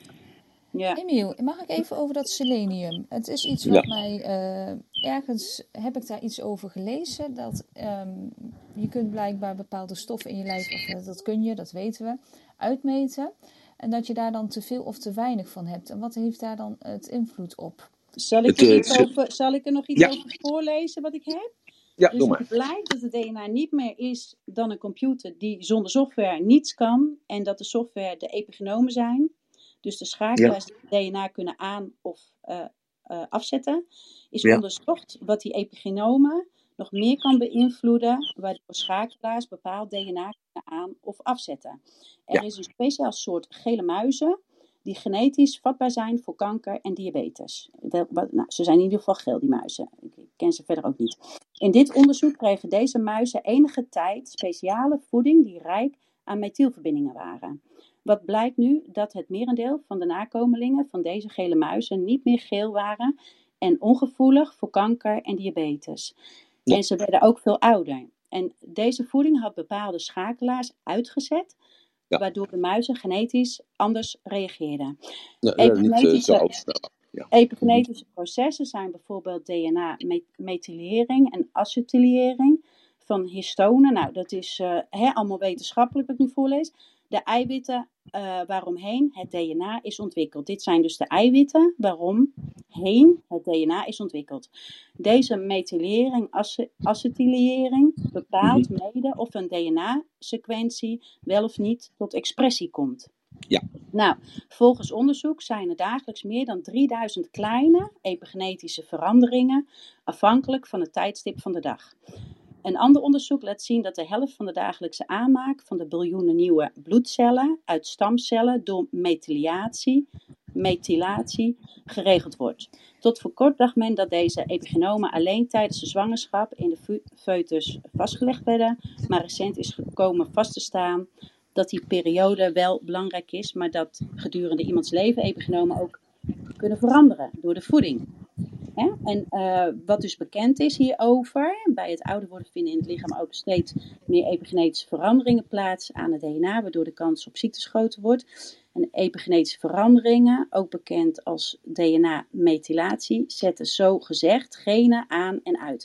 Ja. Emiel, mag ik even over dat selenium? Het is iets wat ja. mij, uh, ergens heb ik daar iets over gelezen, dat um, je kunt blijkbaar bepaalde stoffen in je lijf, of dat kun je, dat weten we, uitmeten. En dat je daar dan te veel of te weinig van hebt. En wat heeft daar dan het invloed op? Zal ik, er, iets over, zal ik er nog iets ja. over voorlezen wat ik heb? Ja, dus doe maar. Het blijkt dat het D N A niet meer is dan een computer die zonder software niets kan. En dat de software de epigenomen zijn. Dus de schakelaars ja. die het D N A kunnen aan- of uh, uh, afzetten. Is ja. onderzocht wat die epigenomen nog meer kan beïnvloeden. Waardoor schakelaars bepaald D N A kunnen aan- of afzetten. Er ja. is een speciaal soort gele muizen die genetisch vatbaar zijn voor kanker en diabetes. De, nou, ze zijn in ieder geval geel, die muizen. Ik ken ze verder ook niet. In dit onderzoek kregen deze muizen enige tijd speciale voeding die rijk aan methylverbindingen waren. Wat blijkt nu? Dat het merendeel van de nakomelingen van deze gele muizen niet meer geel waren en ongevoelig voor kanker en diabetes. Ja. En ze werden ook veel ouder. En deze voeding had bepaalde schakelaars uitgezet, ja. waardoor de muizen genetisch anders reageerden. Ja, epigenetische, niet, uh, oud, ja. epigenetische processen zijn bijvoorbeeld D N A-methylering en acetylering van histonen. Nou, dat is uh, he, allemaal wetenschappelijk wat ik nu voorlees. De eiwitten uh, waaromheen het D N A is ontwikkeld. Dit zijn dus de eiwitten waaromheen het D N A is ontwikkeld. Deze methylering, ace- acetylering bepaalt mm-hmm. mede of een D N A-sequentie wel of niet tot expressie komt. Ja. Nou, volgens onderzoek zijn er dagelijks meer dan drieduizend kleine epigenetische veranderingen afhankelijk van het tijdstip van de dag. Een ander onderzoek laat zien dat de helft van de dagelijkse aanmaak van de biljoenen nieuwe bloedcellen uit stamcellen door methylatie, methylatie geregeld wordt. Tot voor kort dacht men dat deze epigenomen alleen tijdens de zwangerschap in de foetus vastgelegd werden, maar recent is gekomen vast te staan dat die periode wel belangrijk is, maar dat gedurende iemands leven epigenomen ook kunnen veranderen door de voeding. Hè? En uh, wat dus bekend is hierover, bij het ouder worden vinden in het lichaam ook steeds meer epigenetische veranderingen plaats aan het D N A, waardoor de kans op ziektes groter wordt. En epigenetische veranderingen, ook bekend als D N A-methylatie, zetten zo gezegd genen aan en uit.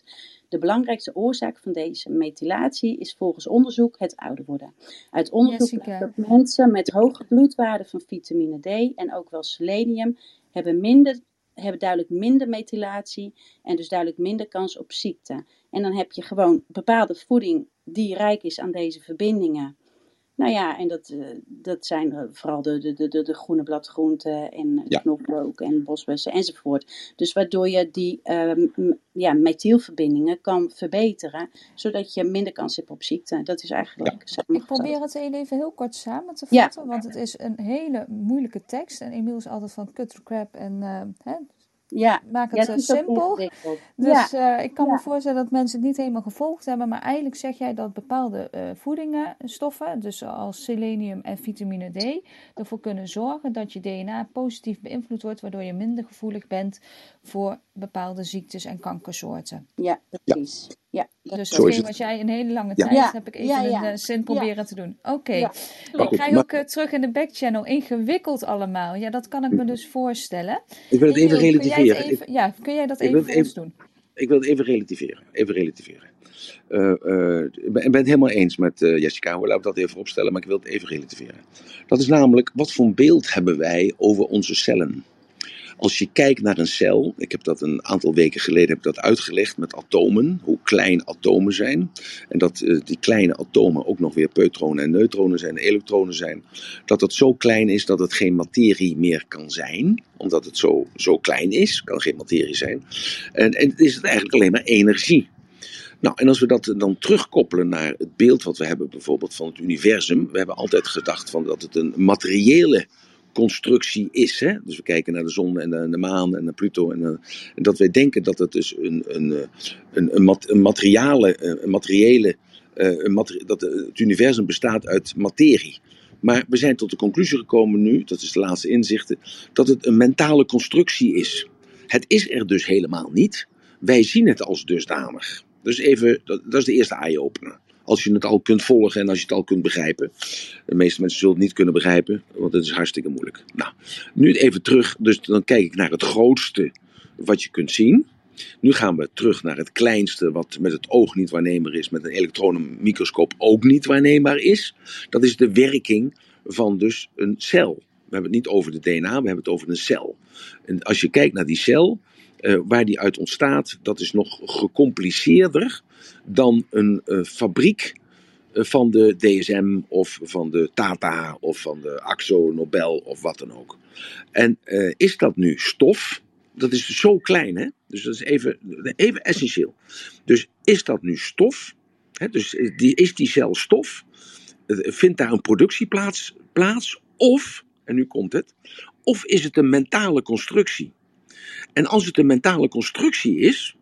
De belangrijkste oorzaak van deze methylatie is volgens onderzoek het ouder worden. Uit onderzoek Jessica. blijkt dat mensen met hoge bloedwaarden van vitamine D en ook wel selenium hebben, minder, hebben duidelijk minder methylatie en dus duidelijk minder kans op ziekte. En dan heb je gewoon bepaalde voeding die rijk is aan deze verbindingen. Nou ja, en dat, uh, dat zijn uh, vooral de, de, de, de groene bladgroenten en uh, Ja. knoflook en bosbessen enzovoort. Dus waardoor je die uh, m- ja, methylverbindingen kan verbeteren, zodat je minder kans hebt op ziekte. Dat is eigenlijk Ik samengevat. probeer het even heel kort samen te Ja. vatten, want het is een hele moeilijke tekst. En Emiel is altijd van cut the crap en uh, hè, Ja, maak ja, het het uh, is ook simpel. ingewikkeld. Dus Ja, uh, ik kan ja. me voorstellen dat mensen het niet helemaal gevolgd hebben. Maar eigenlijk zeg jij dat bepaalde uh, voedingsstoffen, dus zoals selenium en vitamine D, ervoor kunnen zorgen dat je D N A positief beïnvloed wordt, waardoor je minder gevoelig bent voor bepaalde ziektes en kankersoorten. Ja, precies. Ja, dat Dus is Zo is hetgeen het. wat jij een hele lange Ja. tijd, Ja, heb ik even ja, een ja. uh, zin Ja. proberen te doen. Oké, okay. Ja, Maar Ik klopt. goed, krijg maar ook uh, terug in de backchannel, ingewikkeld allemaal. Ja, dat kan ik me dus voorstellen. ik wil het even Emiel, kun jij, het relativeren. Ik, even, ja, kun jij dat ik, wil even het voor ons even, doen? ik wil het even relativeren. Even relativeren. Uh, uh, ik ben ik ben het helemaal eens met uh, Jessica. Laten we dat even opstellen, maar ik wil het even relativeren. Dat is namelijk, wat voor een beeld hebben wij over onze cellen? Als je kijkt naar een cel, ik heb dat een aantal weken geleden heb ik dat uitgelegd met atomen, hoe klein atomen zijn. En dat uh, die kleine atomen ook nog weer peutronen en neutronen zijn, elektronen zijn. Dat het zo klein is dat het geen materie meer kan zijn. Omdat het zo, zo klein is, kan geen materie zijn. En, en het is het eigenlijk alleen maar energie. Nou, en als we dat dan terugkoppelen naar het beeld wat we hebben bijvoorbeeld van het universum. We hebben altijd gedacht van dat het een materiële constructie is. Hè? Dus we kijken naar de zon en de, de maan en naar Pluto. En, uh, en dat wij denken dat het dus een, een, een, een, mat, een materiale, een materiële, uh, een materi- dat het universum bestaat uit materie. Maar we zijn tot de conclusie gekomen nu, dat is de laatste inzichten, dat het een mentale constructie is. Het is er dus helemaal niet. Wij zien het als dusdanig. Dus even, dat, dat is de eerste eye-opener. Als je het al kunt volgen en als je het al kunt begrijpen. De meeste mensen zullen het niet kunnen begrijpen, want het is hartstikke moeilijk. Nou, nu even terug. Dus dan kijk ik naar het grootste wat je kunt zien. Nu gaan we terug naar het kleinste wat met het oog niet waarneembaar is. Met een elektronenmicroscoop ook niet waarneembaar is. Dat is de werking van dus een cel. We hebben het niet over de D N A, we hebben het over een cel. En als je kijkt naar die cel, uh, waar die uit ontstaat, dat is nog gecompliceerder dan een uh, fabriek uh, van de D S M of van de Tata of van de Akzo Nobel of wat dan ook. En uh, is dat nu stof? Dat is zo klein, hè? Dus dat is even, even essentieel. Dus is dat nu stof? Hè? Dus die, is die cel stof? Vindt daar een productie plaats, plaats? Of, en nu komt het, of is het een mentale constructie? En als het een mentale constructie is,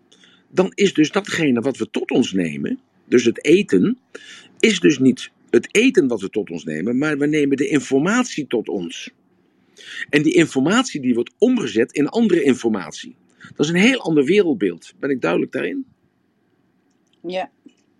dan is dus datgene wat we tot ons nemen, dus het eten, is dus niet het eten wat we tot ons nemen, maar we nemen de informatie tot ons. En die informatie die wordt omgezet in andere informatie. Dat is een heel ander wereldbeeld. Ben ik duidelijk daarin? Ja.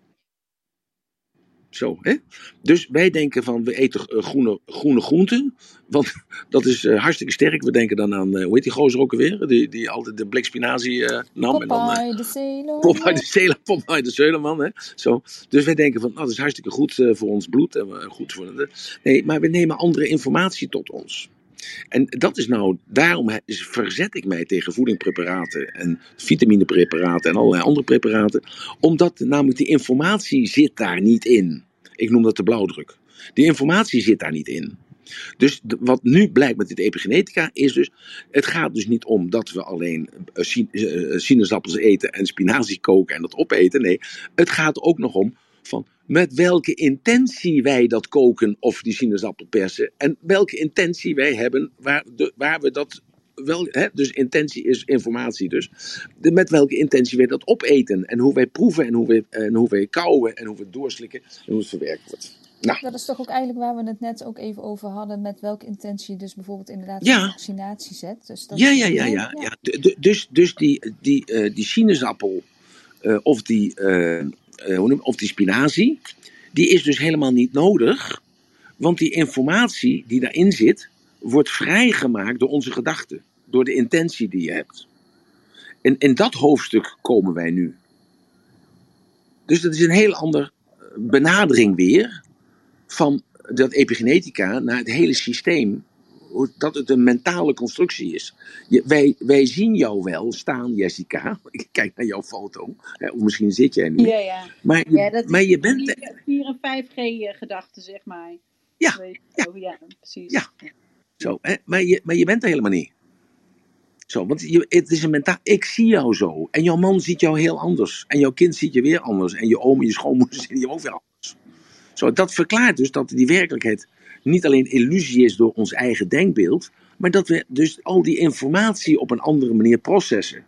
Zo, hè? Dus wij denken van, we eten uh, groene, groene groenten, want dat is uh, hartstikke sterk. We denken dan aan, uh, hoe heet die gozer ook alweer? Die, die altijd de blikspinazie uh, nam. Popeye en dan, uh, de Sailor. Popeye de Sailor, Popeye de Sailorman, hè? Zo. Dus wij denken van, nou, dat is hartstikke goed uh, voor ons bloed. En uh, goed voor de... Nee, maar we nemen andere informatie tot ons. En dat is nou, daarom verzet ik mij tegen voedingspreparaten en vitaminepreparaten en allerlei andere preparaten. Omdat namelijk die informatie zit daar niet in. Ik noem dat de blauwdruk. Die informatie zit daar niet in. Dus de, wat nu blijkt met dit epigenetica is dus, het gaat dus niet om dat we alleen uh, sin, uh, sinaasappels eten en spinazie koken en dat opeten. Nee, het gaat ook nog om van met welke intentie wij dat koken of die sinaasappel persen. En welke intentie wij hebben waar, de, waar we dat wel... Hè, dus intentie is informatie dus. De, met welke intentie wij dat opeten. En hoe wij proeven en hoe wij, en hoe wij kauwen en hoe we het doorslikken en hoe het verwerkt wordt. Nou. Dat is toch ook eigenlijk waar we het net ook even over hadden. Met welke intentie je dus bijvoorbeeld inderdaad ja. een vaccinatie zet. Dus dat ja, is ja, ja, ja, ja. ja. De, de, dus dus die, die, uh, die sinaasappel uh, of die... Uh, Uh, of die spinazie, die is dus helemaal niet nodig, want die informatie die daarin zit, wordt vrijgemaakt door onze gedachten, door de intentie die je hebt. En in dat hoofdstuk komen wij nu. Dus dat is een heel andere benadering weer van dat epigenetica naar het hele systeem. Dat het een mentale constructie is. Je, wij, wij zien jou wel staan, Jessica. Ik kijk naar jouw foto. Hè, of misschien zit jij nu. Ja, ja. Maar je, Ja, dat maar is je bent... vier en vijf G gedachte, zeg maar. Ja, Weet je ja. zo, ja, precies. Ja. Zo, hè? Maar, je, maar je bent er helemaal niet. Zo, want je, het is een mentaal... Ik zie jou zo. En jouw man ziet jou heel anders. En jouw kind ziet je weer anders. En je oom en je schoonmoeder zien je ook weer anders. Zo, dat verklaart dus dat die werkelijkheid niet alleen illusie is door ons eigen denkbeeld, maar dat we dus al die informatie op een andere manier processen.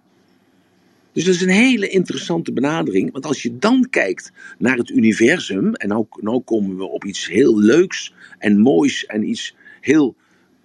Dus dat is een hele interessante benadering. Want als je dan kijkt naar het universum, en nou, nou komen we op iets heel leuks en moois en iets heel,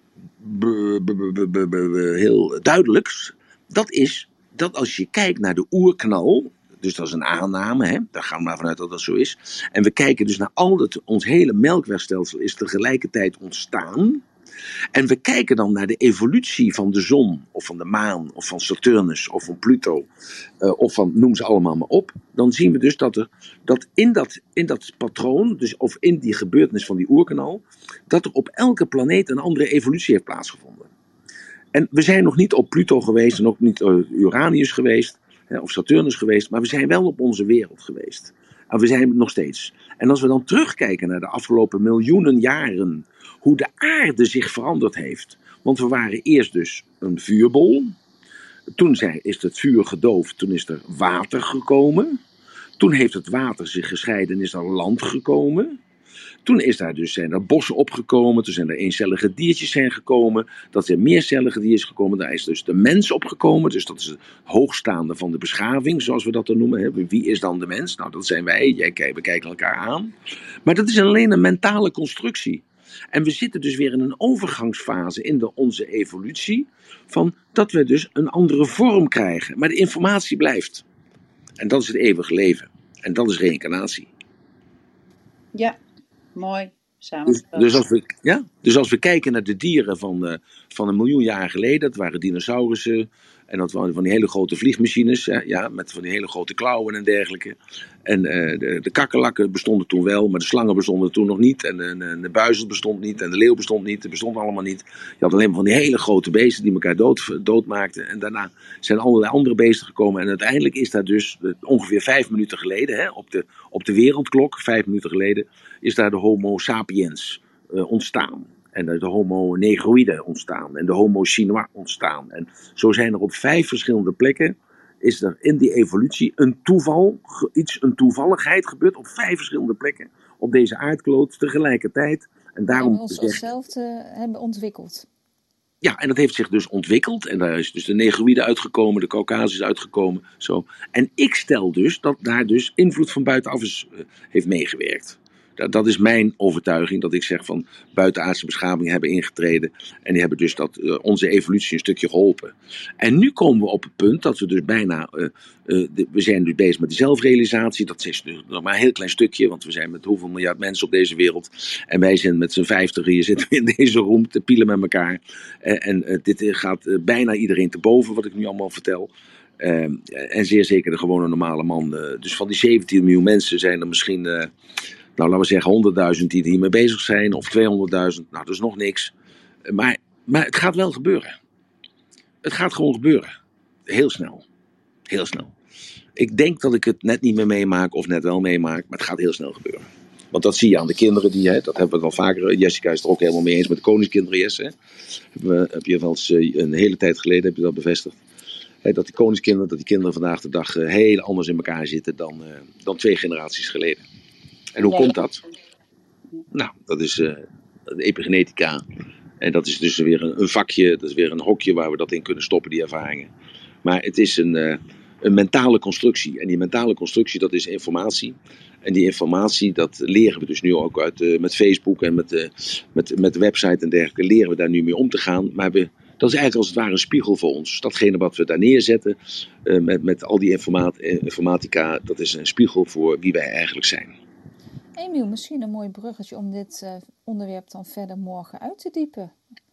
be, be, be, be, be, heel duidelijks. Dat is dat als je kijkt naar de oerknal, dus dat is een aanname, hè? Daar gaan we maar vanuit dat dat zo is. En we kijken dus naar al het, ons hele melkwegstelsel is tegelijkertijd ontstaan. En we kijken dan naar de evolutie van de zon, of van de maan, of van Saturnus, of van Pluto, uh, of van, noem ze allemaal maar op. Dan zien we dus dat, er, dat, in, dat in dat patroon, dus, of in die gebeurtenis van die oerknal, dat er op elke planeet een andere evolutie heeft plaatsgevonden. En we zijn nog niet op Pluto geweest, en ook niet op Uranus geweest, hè, of Saturnus geweest, maar we zijn wel op onze wereld geweest. En we zijn het nog steeds. En als we dan terugkijken naar de afgelopen miljoenen jaren, hoe de aarde zich veranderd heeft. Want we waren eerst dus een vuurbol. Toen zijn, is het vuur gedoofd, toen is er water gekomen. Toen heeft het water zich gescheiden en is er land gekomen. Toen is daar dus, zijn er bossen opgekomen, toen zijn er eencellige diertjes zijn gekomen, dat zijn meercellige diertjes gekomen, daar is dus de mens opgekomen, dus dat is het hoogstaande van de beschaving, zoals we dat dan noemen. Hè. Wie is dan de mens? Nou, dat zijn wij, jij, we kijken elkaar aan. Maar dat is alleen een mentale constructie. En we zitten dus weer in een overgangsfase in de, onze evolutie, van dat we dus een andere vorm krijgen. Maar de informatie blijft. En dat is het eeuwige leven. En dat is reïncarnatie. Ja, mooi. Dus, dus, als we, ja? dus als we kijken naar de dieren van, uh, van een miljoen jaar geleden, dat waren dinosaurussen. En dat waren van die hele grote vliegmachines, hè, ja, met van die hele grote klauwen en dergelijke. En uh, de, de kakkerlakken bestonden toen wel, maar de slangen bestonden toen nog niet. En de, de buizel bestond niet, en de leeuw bestond niet, het bestond allemaal niet. Je had alleen maar van die hele grote beesten die elkaar dood, doodmaakten. En daarna zijn allerlei andere beesten gekomen. En uiteindelijk is daar dus uh, ongeveer vijf minuten geleden, hè, op, de, op de wereldklok, vijf minuten geleden, is daar de Homo sapiens uh, ontstaan. En de homo negroide ontstaan. En de homo chinois ontstaan. En zo zijn er op vijf verschillende plekken, is er in die evolutie een toeval, iets, een toevalligheid gebeurd op vijf verschillende plekken. Op deze aardkloot tegelijkertijd. En daarom en we ons zegt, hetzelfde hebben ontwikkeld. Ja, en dat heeft zich dus ontwikkeld. En daar is dus de negroïde uitgekomen, de Caucasisch uitgekomen. Zo. En ik stel dus dat daar dus invloed van buitenaf is, uh, heeft meegewerkt. Dat, dat is mijn overtuiging, dat ik zeg van buitenaardse beschavingen hebben ingetreden. En die hebben dus dat, uh, onze evolutie een stukje geholpen. En nu komen we op het punt dat we dus bijna, uh, uh, de, we zijn nu bezig met die zelfrealisatie. Dat is dus nog maar een heel klein stukje, want we zijn met hoeveel miljard mensen op deze wereld. En wij zijn met z'n vijftig, hier zitten we in deze room te pielen met elkaar. Uh, en uh, dit gaat uh, bijna iedereen te boven, wat ik nu allemaal vertel. Uh, en zeer zeker de gewone normale man. Uh, dus van die zeventien miljoen mensen zijn er misschien... Uh, Nou, laten we zeggen honderdduizend die hiermee bezig zijn, of tweehonderdduizend, nou, dat is nog niks. Maar, maar het gaat wel gebeuren. Het gaat gewoon gebeuren. Heel snel. Heel snel. Ik denk dat ik het net niet meer meemaak, of net wel meemaak, maar het gaat heel snel gebeuren. Want dat zie je aan de kinderen die, hè, dat hebben we al vaker, Jessica is het er ook helemaal mee eens met de koningskinderen, Jesse. Hè? Heb, we, heb je wel eens een hele tijd geleden, heb je dat bevestigd. Hè, dat die koningskinderen, dat die kinderen vandaag de dag uh, heel anders in elkaar zitten dan, uh, dan twee generaties geleden. En hoe Ja, komt dat? Nou, dat is uh, de epigenetica. En dat is dus weer een, een vakje, dat is weer een hokje waar we dat in kunnen stoppen, die ervaringen. Maar het is een, uh, een mentale constructie. En die mentale constructie, dat is informatie. En die informatie, dat leren we dus nu ook uit uh, met Facebook en met, uh, met, met de website en dergelijke, leren we daar nu mee om te gaan. Maar we, dat is eigenlijk als het ware een spiegel voor ons. Datgene wat we daar neerzetten, uh, met, met al die informat, informatica, dat is een spiegel voor wie wij eigenlijk zijn. Emiel, misschien een mooi bruggetje om dit uh, onderwerp dan verder morgen uit te diepen.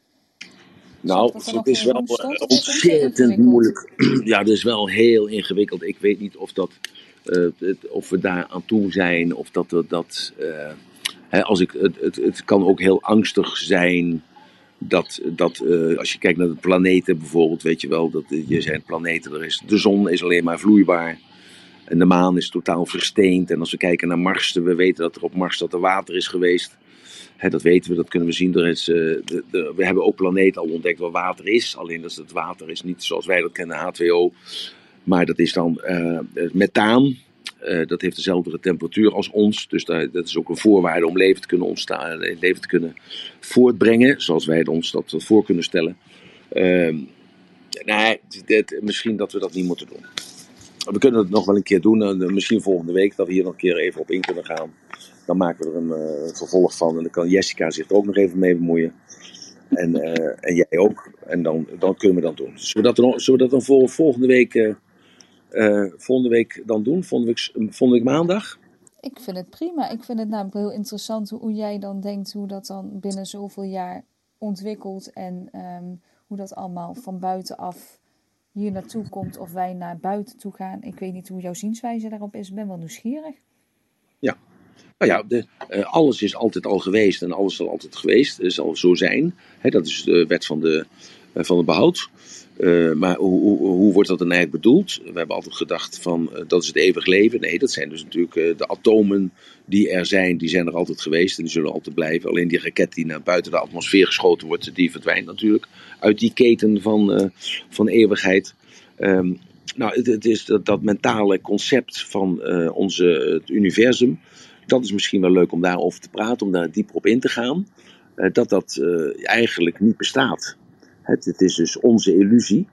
Nou, het is wel ontzettend moeilijk. Ja, dat is wel heel ingewikkeld. Ik weet niet of dat uh, het, of we daar aan toe zijn. Of dat... dat, dat uh, hè, als ik, het, het, het kan ook heel angstig zijn... Dat, dat uh, als je kijkt naar de planeten bijvoorbeeld, weet je wel, dat je zijn planeten, er is, de zon is alleen maar vloeibaar en de maan is totaal versteend. En als we kijken naar Mars, we weten dat er op Mars dat er water is geweest. Hè, dat weten we, dat kunnen we zien. Er is, uh, de, de, we hebben ook planeten al ontdekt waar water is, alleen dat het water is niet zoals wij dat kennen, H twee O, maar dat is dan uh, methaan. Uh, dat heeft dezelfde temperatuur als ons. Dus daar, dat is ook een voorwaarde om leven te kunnen ontstaan, leven te kunnen voortbrengen. Zoals wij ons dat voor kunnen stellen. Uh, nee, dit, misschien dat we dat niet moeten doen. We kunnen het nog wel een keer doen. Uh, misschien volgende week dat we hier nog een keer even op in kunnen gaan. Dan maken we er een uh, vervolg van. En dan kan Jessica zich er ook nog even mee bemoeien. En, uh, en jij ook. En dan, dan kunnen we dat doen. Zullen we dat dan, zullen we dat dan voor volgende week... Uh, Uh, volgende week dan doen, volgende week, volgende week maandag? Ik vind het prima. Ik vind het namelijk heel interessant hoe, hoe jij dan denkt hoe dat dan binnen zoveel jaar ontwikkelt en um, hoe dat allemaal van buitenaf hier naartoe komt of wij naar buiten toe gaan. Ik weet niet hoe jouw zienswijze daarop is. Ik ben wel nieuwsgierig. Ja, nou ja, de, uh, alles is altijd al geweest en alles zal altijd geweest, uh, zal zo zijn. Hè, dat is de wet van de, uh, van het behoud. Uh, maar hoe, hoe, hoe wordt dat dan eigenlijk bedoeld? We hebben altijd gedacht van uh, dat is het eeuwig leven. Nee, dat zijn dus natuurlijk uh, de atomen die er zijn, die zijn er altijd geweest en die zullen altijd blijven. Alleen die raket die naar buiten de atmosfeer geschoten wordt, die verdwijnt natuurlijk uit die keten van, uh, van eeuwigheid. Um, nou, het, het is dat, dat mentale concept van uh, onze, het universum, dat is misschien wel leuk om daarover te praten, om daar dieper op in te gaan. Uh, dat dat uh, eigenlijk niet bestaat. Het, het is dus onze illusie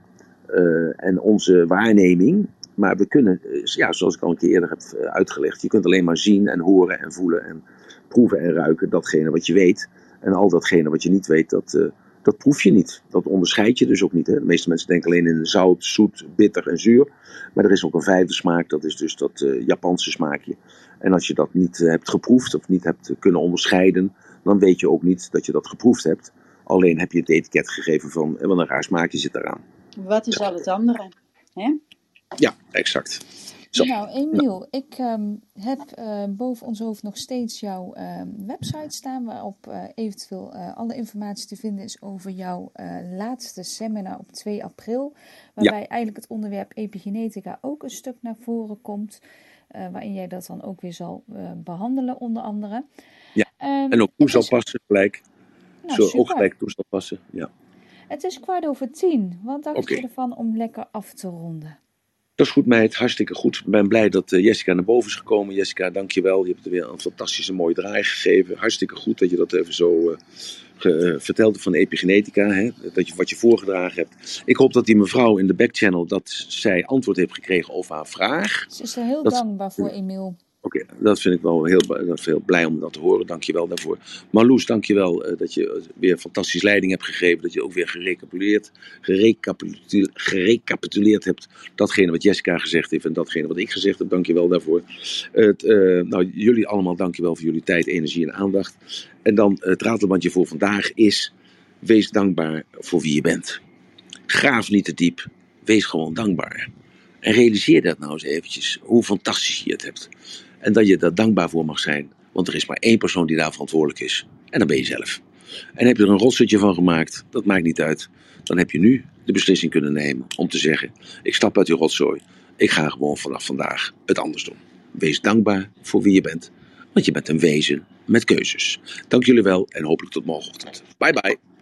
uh, en onze waarneming. Maar we kunnen, ja, zoals ik al een keer eerder heb uitgelegd, je kunt alleen maar zien en horen en voelen en proeven en ruiken datgene wat je weet. En al datgene wat je niet weet, dat, uh, dat proef je niet. Dat onderscheid je dus ook niet. Hè? De meeste mensen denken alleen in zout, zoet, bitter en zuur. Maar er is ook een vijfde smaak, dat is dus dat uh, Japanse smaakje. En als je dat niet uh, hebt geproefd of niet hebt kunnen onderscheiden, dan weet je ook niet dat je dat geproefd hebt. Alleen heb je het etiket gegeven van, wat een raar smaakje zit eraan. Wat is al het andere? Hè? Ja, exact. Zo. Nou, Emiel, ik um, heb uh, boven ons hoofd nog steeds jouw uh, website staan, waarop uh, eventueel uh, alle informatie te vinden is over jouw uh, laatste seminar op twee april. Waarbij ja. eigenlijk het onderwerp epigenetica ook een stuk naar voren komt. Uh, waarin jij dat dan ook weer zal uh, behandelen, onder andere. Ja, um, en ook toe zal is... passen gelijk. Nou, Zo super. ook gelijk toe zal passen, ja. Het is kwart over tien. Wat dacht okay. je ervan om lekker af te ronden? Dat is goed, meid. Hartstikke goed. Ik ben blij dat uh, Jessica naar boven is gekomen. Jessica, dankjewel. Je hebt er weer een fantastische mooie draai gegeven. Hartstikke goed dat je dat even zo uh, ge, uh, vertelde van de epigenetica. Hè? Dat je, wat je voorgedragen hebt. Ik hoop dat die mevrouw in de backchannel, dat zij antwoord heeft gekregen over haar vraag. Ze is er heel dat, dankbaar voor, Emiel. Oké, okay, dat vind ik wel heel, dat heel blij om dat te horen. Dank je wel daarvoor. Marloes, dank je wel uh, dat je weer fantastisch leiding hebt gegeven. Dat je ook weer gerecapituleerd, gerecapituleerd, gerecapituleerd hebt datgene wat Jessica gezegd heeft en datgene wat ik gezegd heb. Dank je wel daarvoor. Uh, t, uh, nou, jullie allemaal dank je wel voor jullie tijd, energie en aandacht. En dan uh, het ratelbandje voor vandaag is, wees dankbaar voor wie je bent. Graaf niet te diep. Wees gewoon dankbaar. En realiseer dat nou eens eventjes, hoe fantastisch je het hebt. En dat je daar dankbaar voor mag zijn. Want er is maar één persoon die daar verantwoordelijk is. En dat ben je zelf. En heb je er een rotzootje van gemaakt, dat maakt niet uit. Dan heb je nu de beslissing kunnen nemen om te zeggen, ik stap uit die rotzooi. Ik ga gewoon vanaf vandaag het anders doen. Wees dankbaar voor wie je bent. Want je bent een wezen met keuzes. Dank jullie wel en hopelijk tot morgenochtend. Bye bye.